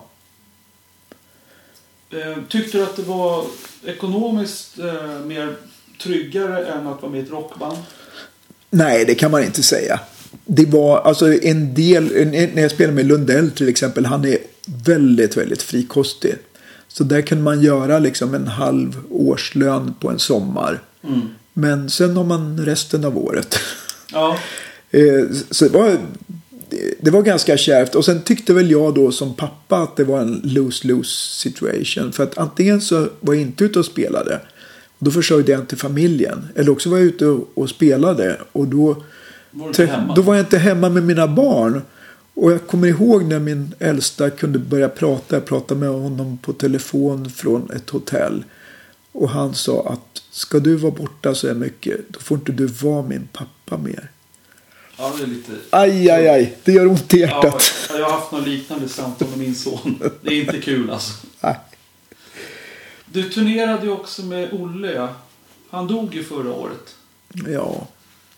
Tyckte du att det var ekonomiskt mer tryggare än att vara med i ett rockband? Nej, det kan man inte säga. Det var alltså en del, när jag spelade med Lundell till exempel, han är väldigt, väldigt frikostig. Så där kan man göra liksom en halv årslön på en sommar. Men sen har man resten av året. Ja. Så det var ganska kärvt. Och sen tyckte väl jag då som pappa att det var en lose-lose situation. För att antingen så var jag inte ute och spelade. Och då försörjde jag inte familjen. Eller också var jag ute och spelade. Och då var jag inte hemma med mina barn. Och jag kommer ihåg när min äldsta kunde börja prata. Jag pratade med honom på telefon från ett hotell. Och han sa att ska du vara borta så är mycket, då får inte du vara min pappa mer. Ja, det är lite... Aj. Det gör ont i hjärtat. Ja, jag har haft något liknande samtal med min son. Det är inte kul alltså. Nej. Du turnerade ju också med Olle, ja. Han dog ju förra året. Ja.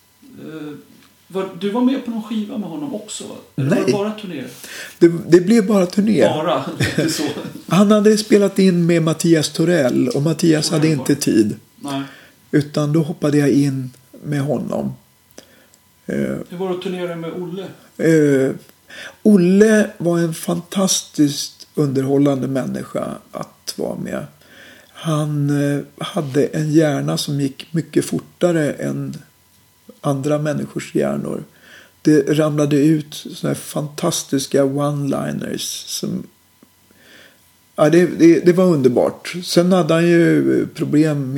Du var med på någon skiva med honom också, va? Eller Nej. var det bara turné? Det blev bara turné. Bara, inte så. Han hade spelat in med Mattias Torell, och Mattias hade inte tid. Nej. Utan då hoppade jag in med honom. Hur var det att turnera med Olle? Olle var en fantastiskt underhållande människa att vara med. Han hade en hjärna som gick mycket fortare än andra människors hjärnor. Det ramlade ut såna här fantastiska one-liners som... Ja, det var underbart. Sen hade han ju problem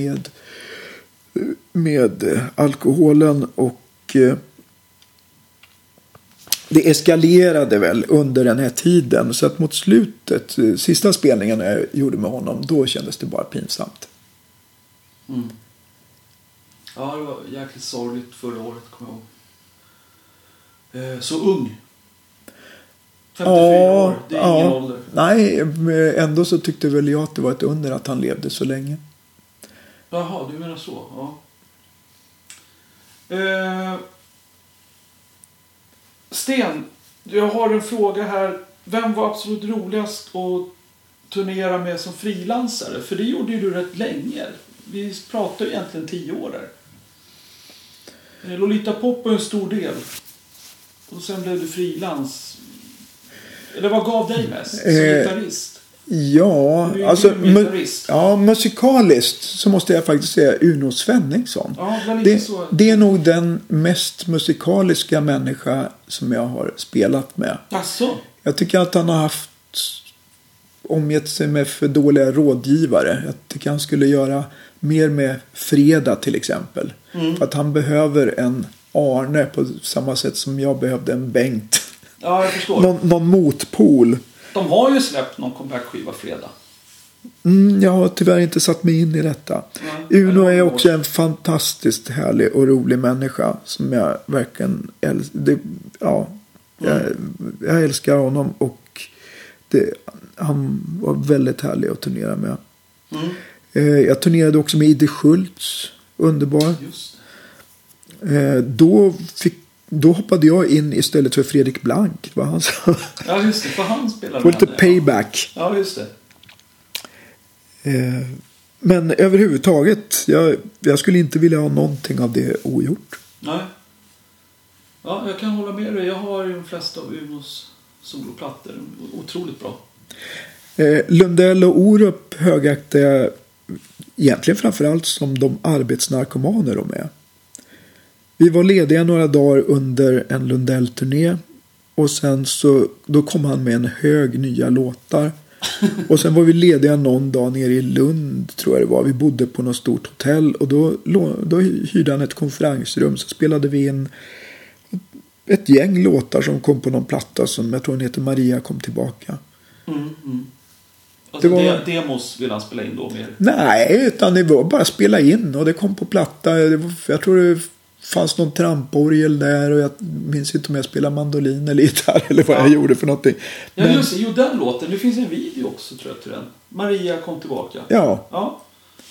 med alkoholen, och det eskalerade väl under den här tiden. Så att mot slutet, sista spelningen jag gjorde med honom, då kändes det bara pinsamt. Mm. Ja, det var jäkligt sorgligt förra året, kommer jag ihåg. Så ung. 54 år, det är ingen ålder. Nej, ändå så tyckte väl jag att det var ett under att han levde så länge. Jaha, du menar så, ja. Sten, jag har en fråga här. Vem var absolut roligast att turnera med som frilansare? För det gjorde ju du rätt länge. Vi pratar ju egentligen 10 år där. Lolita Pop var en stor del. Och sen blev du frilans. Eller vad gav dig mest som gitarrist? Ja, alltså musikaliskt så måste jag faktiskt säga Uno Svenningsson. Ja, det är nog den mest musikaliska människa som jag har spelat med. Asså? Jag tycker att han har omgett sig med för dåliga rådgivare. Jag tycker han skulle göra mer med Freda till exempel. För att han behöver en Arne på samma sätt som jag behövde en Bengt. Ja, jag förstår. Någon motpol. De har ju släppt någon comeback-skiva Freda. Jag har tyvärr inte satt mig in i detta. Uno är också en fantastiskt härlig och rolig människa som jag verkligen jag älskar honom och han var väldigt härlig att turnera med. Jag turnerade också med Idde Schultz, underbar. Just det. Då hoppade jag in istället för Fredrik Blank. Vad han sa. Ja, just det. För han spelade med lite payback. Ja, just det. Men överhuvudtaget, jag skulle inte vilja ha någonting av det ogjort. Nej. Ja, jag kan hålla med dig. Jag har ju de flesta av Unos soloplattor. Otroligt bra. Lundell och Orup högaktar jag egentligen framförallt som de arbetsnarkomaner de är. Vi var lediga några dagar under en Lundell-turné. Och sen då kom han med en hög nya låtar. Och sen var vi lediga någon dag nere i Lund, tror jag det var. Vi bodde på något stort hotell. Och då hyrde han ett konferensrum. Så spelade vi in ett gäng låtar som kom på någon platta som jag tror den heter Maria kom tillbaka. Alltså demos vill han spela in då mer? Nej, utan det var bara spela in. Och det kom på platta. Jag tror det fanns någon tramporgel där. Och jag minns inte om jag spelade mandolin eller gitarr. Eller vad jag gjorde för någonting. Ja, just det. Jo, den låten. Det finns en video också, tror jag, till den. Maria kom tillbaka. Ja.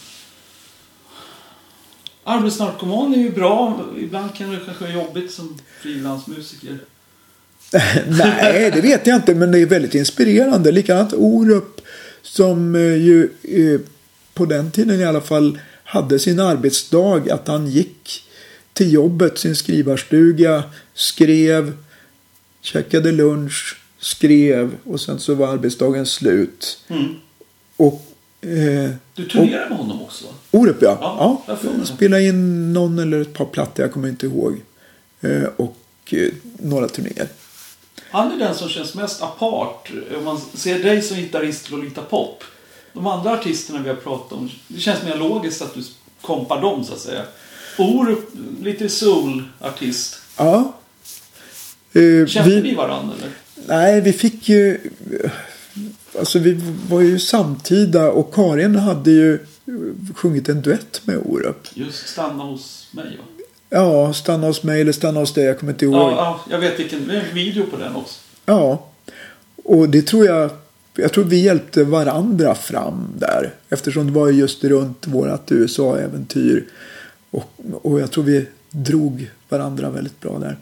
Arbetsnarkoman är ju bra. Ibland kan det kanske vara jobbigt som frilansmusiker. Nej, det vet jag inte. Men det är väldigt inspirerande. Likadant Orup som ju på den tiden i alla fall hade sin arbetsdag. Att han gick till jobbet, sin skrivarstuga, skrev, käkade lunch, skrev och sen så var arbetsdagen slut. Och du turnerade med honom också? Orup, ja. Spelade in någon eller ett par plattor, jag kommer inte ihåg. Och några turnéer. Han är den som känns mest apart. Om man ser dig som gitarrist och Lolita Pop. De andra artisterna vi har pratat om, det känns mer logiskt att du kompar dem, så att säga. Orup, lite soul-artist. Ja. Kände vi varandra, eller? Nej, vi fick ju... Alltså vi var ju samtida och Karin hade ju sjungit en duett med Orup. Just Stanna hos mig, va? Ja, Stanna hos mig eller Stanna hos dig, jag kommer inte ihåg. Ja, jag vet vilken, det är en video på den också. Ja, och det tror jag tror vi hjälpte varandra fram där. Eftersom det var just runt vårat USA-äventyr. Och jag tror vi drog varandra väldigt bra där.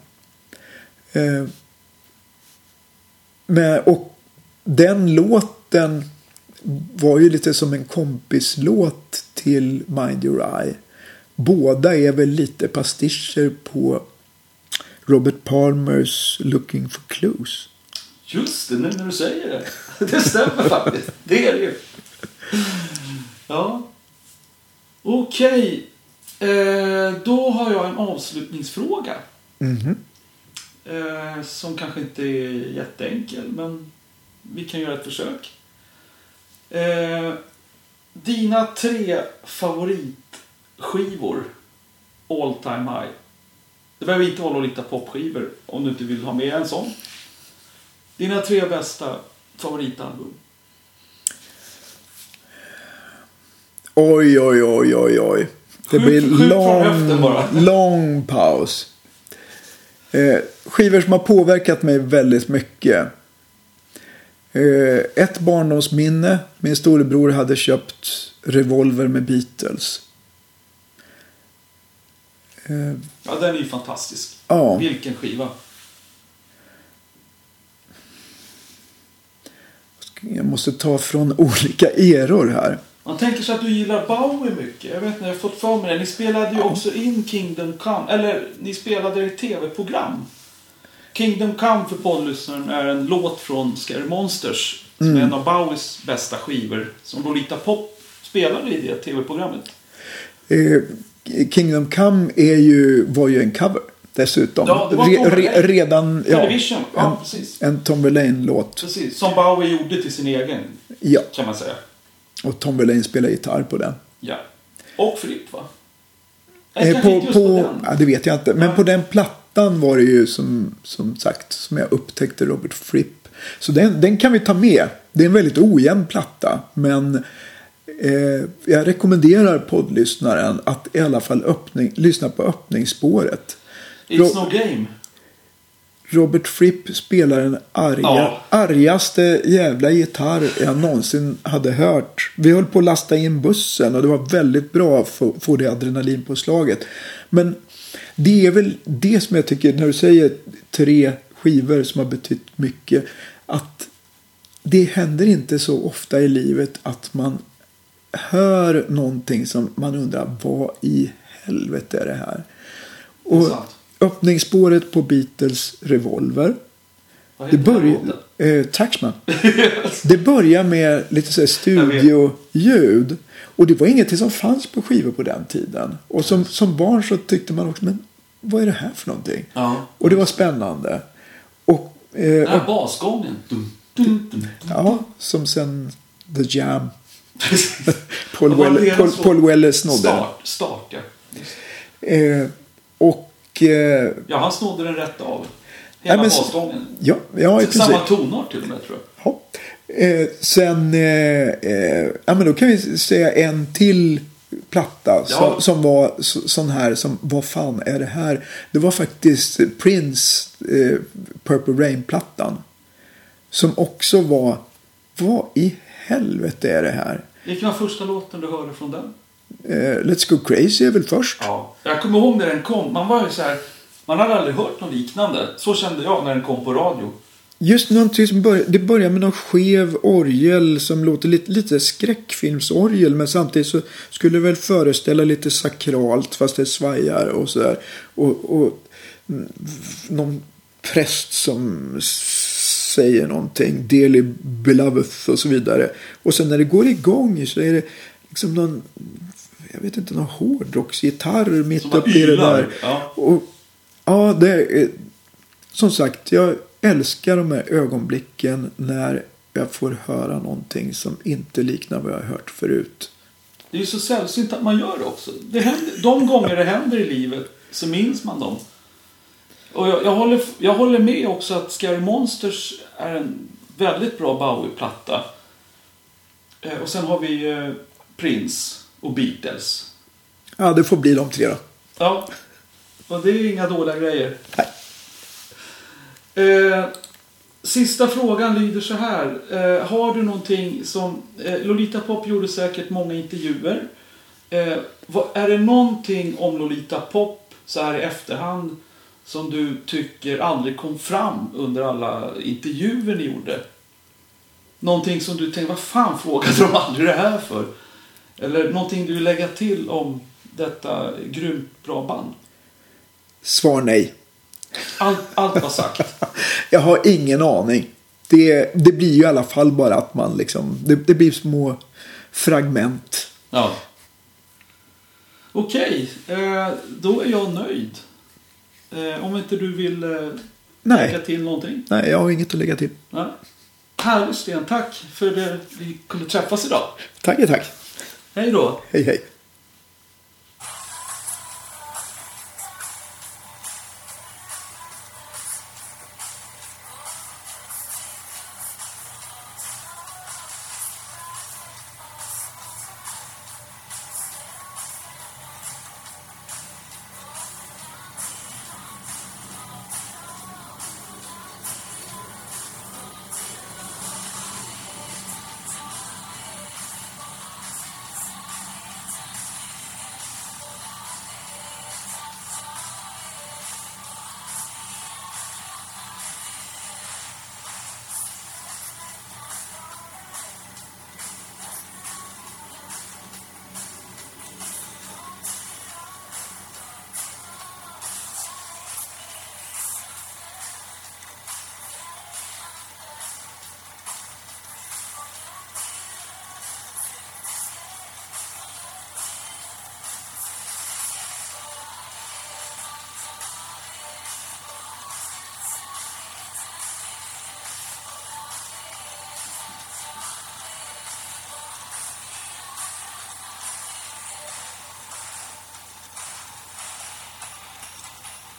Och den låten var ju lite som en kompislåt till Mind Your Eye. Båda är väl lite pastischer på Robert Palmers Looking for Clues. Just det, nu när du säger det. Det stämmer faktiskt. Det är det ju. Ja. Okej. Då har jag en avslutningsfråga. Som kanske inte är jätteenkel, men vi kan göra ett försök. Dina 3 favoritskivor all time high. Det behöver inte vara lite popskivor om du inte vill ha med en sån. Dina 3 bästa favoritalbum. Oj. Det blir lång paus. Skivor som har påverkat mig väldigt mycket. Ett barndomsminne. Min storebror hade köpt Revolver med Beatles. Ja, den är ju fantastisk. Ja. Vilken skiva. Jag måste ta från olika eror här. Man tänker sig att du gillar Bowie mycket. Jag vet inte, jag har fått för mig det. Ni spelade ju också in Kingdom Come. Eller ni spelade ett tv-program. Kingdom Come för poddlyssnaren är en låt från Scary Monsters. Som är en av Bowies bästa skivor. Som Lolita Pop spelade i det tv-programmet. Kingdom Come var ju en cover dessutom. Ja, det var redan Television. Ja, precis. En Tom Verlaine-låt. Precis, som Bowie gjorde till sin egen. Ja. Kan man säga. Och Tom Verlaine spelar gitarr på den. Ja. Och Fripp, va? Ja, det vet jag inte. Men på den plattan var det ju som sagt som jag upptäckte Robert Fripp. Så den kan vi ta med. Det är en väldigt ojämn platta. Men jag rekommenderar poddlyssnaren att i alla fall lyssna på öppningsspåret. It's no game. Robert Fripp spelar den argaste jävla gitarr jag någonsin hade hört. Vi höll på att lasta in bussen och det var väldigt bra för att få det adrenalinpåslaget. Men det är väl det som jag tycker när du säger 3 skivor som har betytt mycket, att det händer inte så ofta i livet att man hör någonting som man undrar, vad i helvete är det här? Och öppningsspåret på Beatles Revolver. Det börjar Taxman. Det börjar med lite så här studioljud. Och det var ingenting som fanns på skivor på den tiden. Och som barn så tyckte man också, men vad är det här för någonting? Ja. Och det var spännande. Och den här basgången. Ja, som sen The Jam. Paul Weller snodde. Start, ja. Och ja, han snodde den rätt av. Hela basgången. Ja, i samma tonart till och med, tror jag. Ja. Sen men då kan vi säga en till platta som var sån här som, vad fan är det här? Det var faktiskt Prince Purple Rain-plattan. Som också var, vad i helvete är det här? Vilken var första låten du hörde från den? Let's Go Crazy är väl först. Ja, jag kommer ihåg när den kom. Man var ju så här, man hade aldrig hört något liknande. Så kände jag när den kom på radio. Just någonting som det börjar med någon skev orgel som låter lite skräckfilmsorgel, men samtidigt så skulle det väl föreställa lite sakralt fast det svajar och så där. Och någon präst som säger någonting, Dearly Beloved och så vidare. Och sen när det går igång så är det liksom någon, jag vet inte, någon hårdrocksgitarr mitt uppe i det där. Ja. Och ja, det är, som sagt, jag älskar de här ögonblicken när jag får höra någonting som inte liknar vad jag har hört förut. Det är ju så sällsynt att man gör det också. Det händer, de gånger det händer i livet så minns man dem. Och jag håller med också att Scary Monsters är en väldigt bra Bowie-platta. Och sen har vi Prince och Beatles. Ja, det får bli de 3 då. Ja, och det är inga dåliga grejer. Nej. Sista frågan lyder så här. Har du någonting som... Lolita Pop gjorde säkert många intervjuer. Är det någonting om Lolita Pop så här i efterhand som du tycker aldrig kom fram under alla intervjuer ni gjorde? Någonting som du tänkte, vad fan frågade de aldrig det här för? Eller någonting du vill lägga till om detta grymt bra band? Svar nej. Allt var sagt. Jag har ingen aning. Det blir ju i alla fall bara att man liksom... Det blir små fragment. Ja. Okej, då är jag nöjd. Om inte du vill lägga till någonting? Nej, jag har inget att lägga till. Ja. Härligt, Sten. Tack för att vi kunde träffas idag. Tack. Hej då. Hej.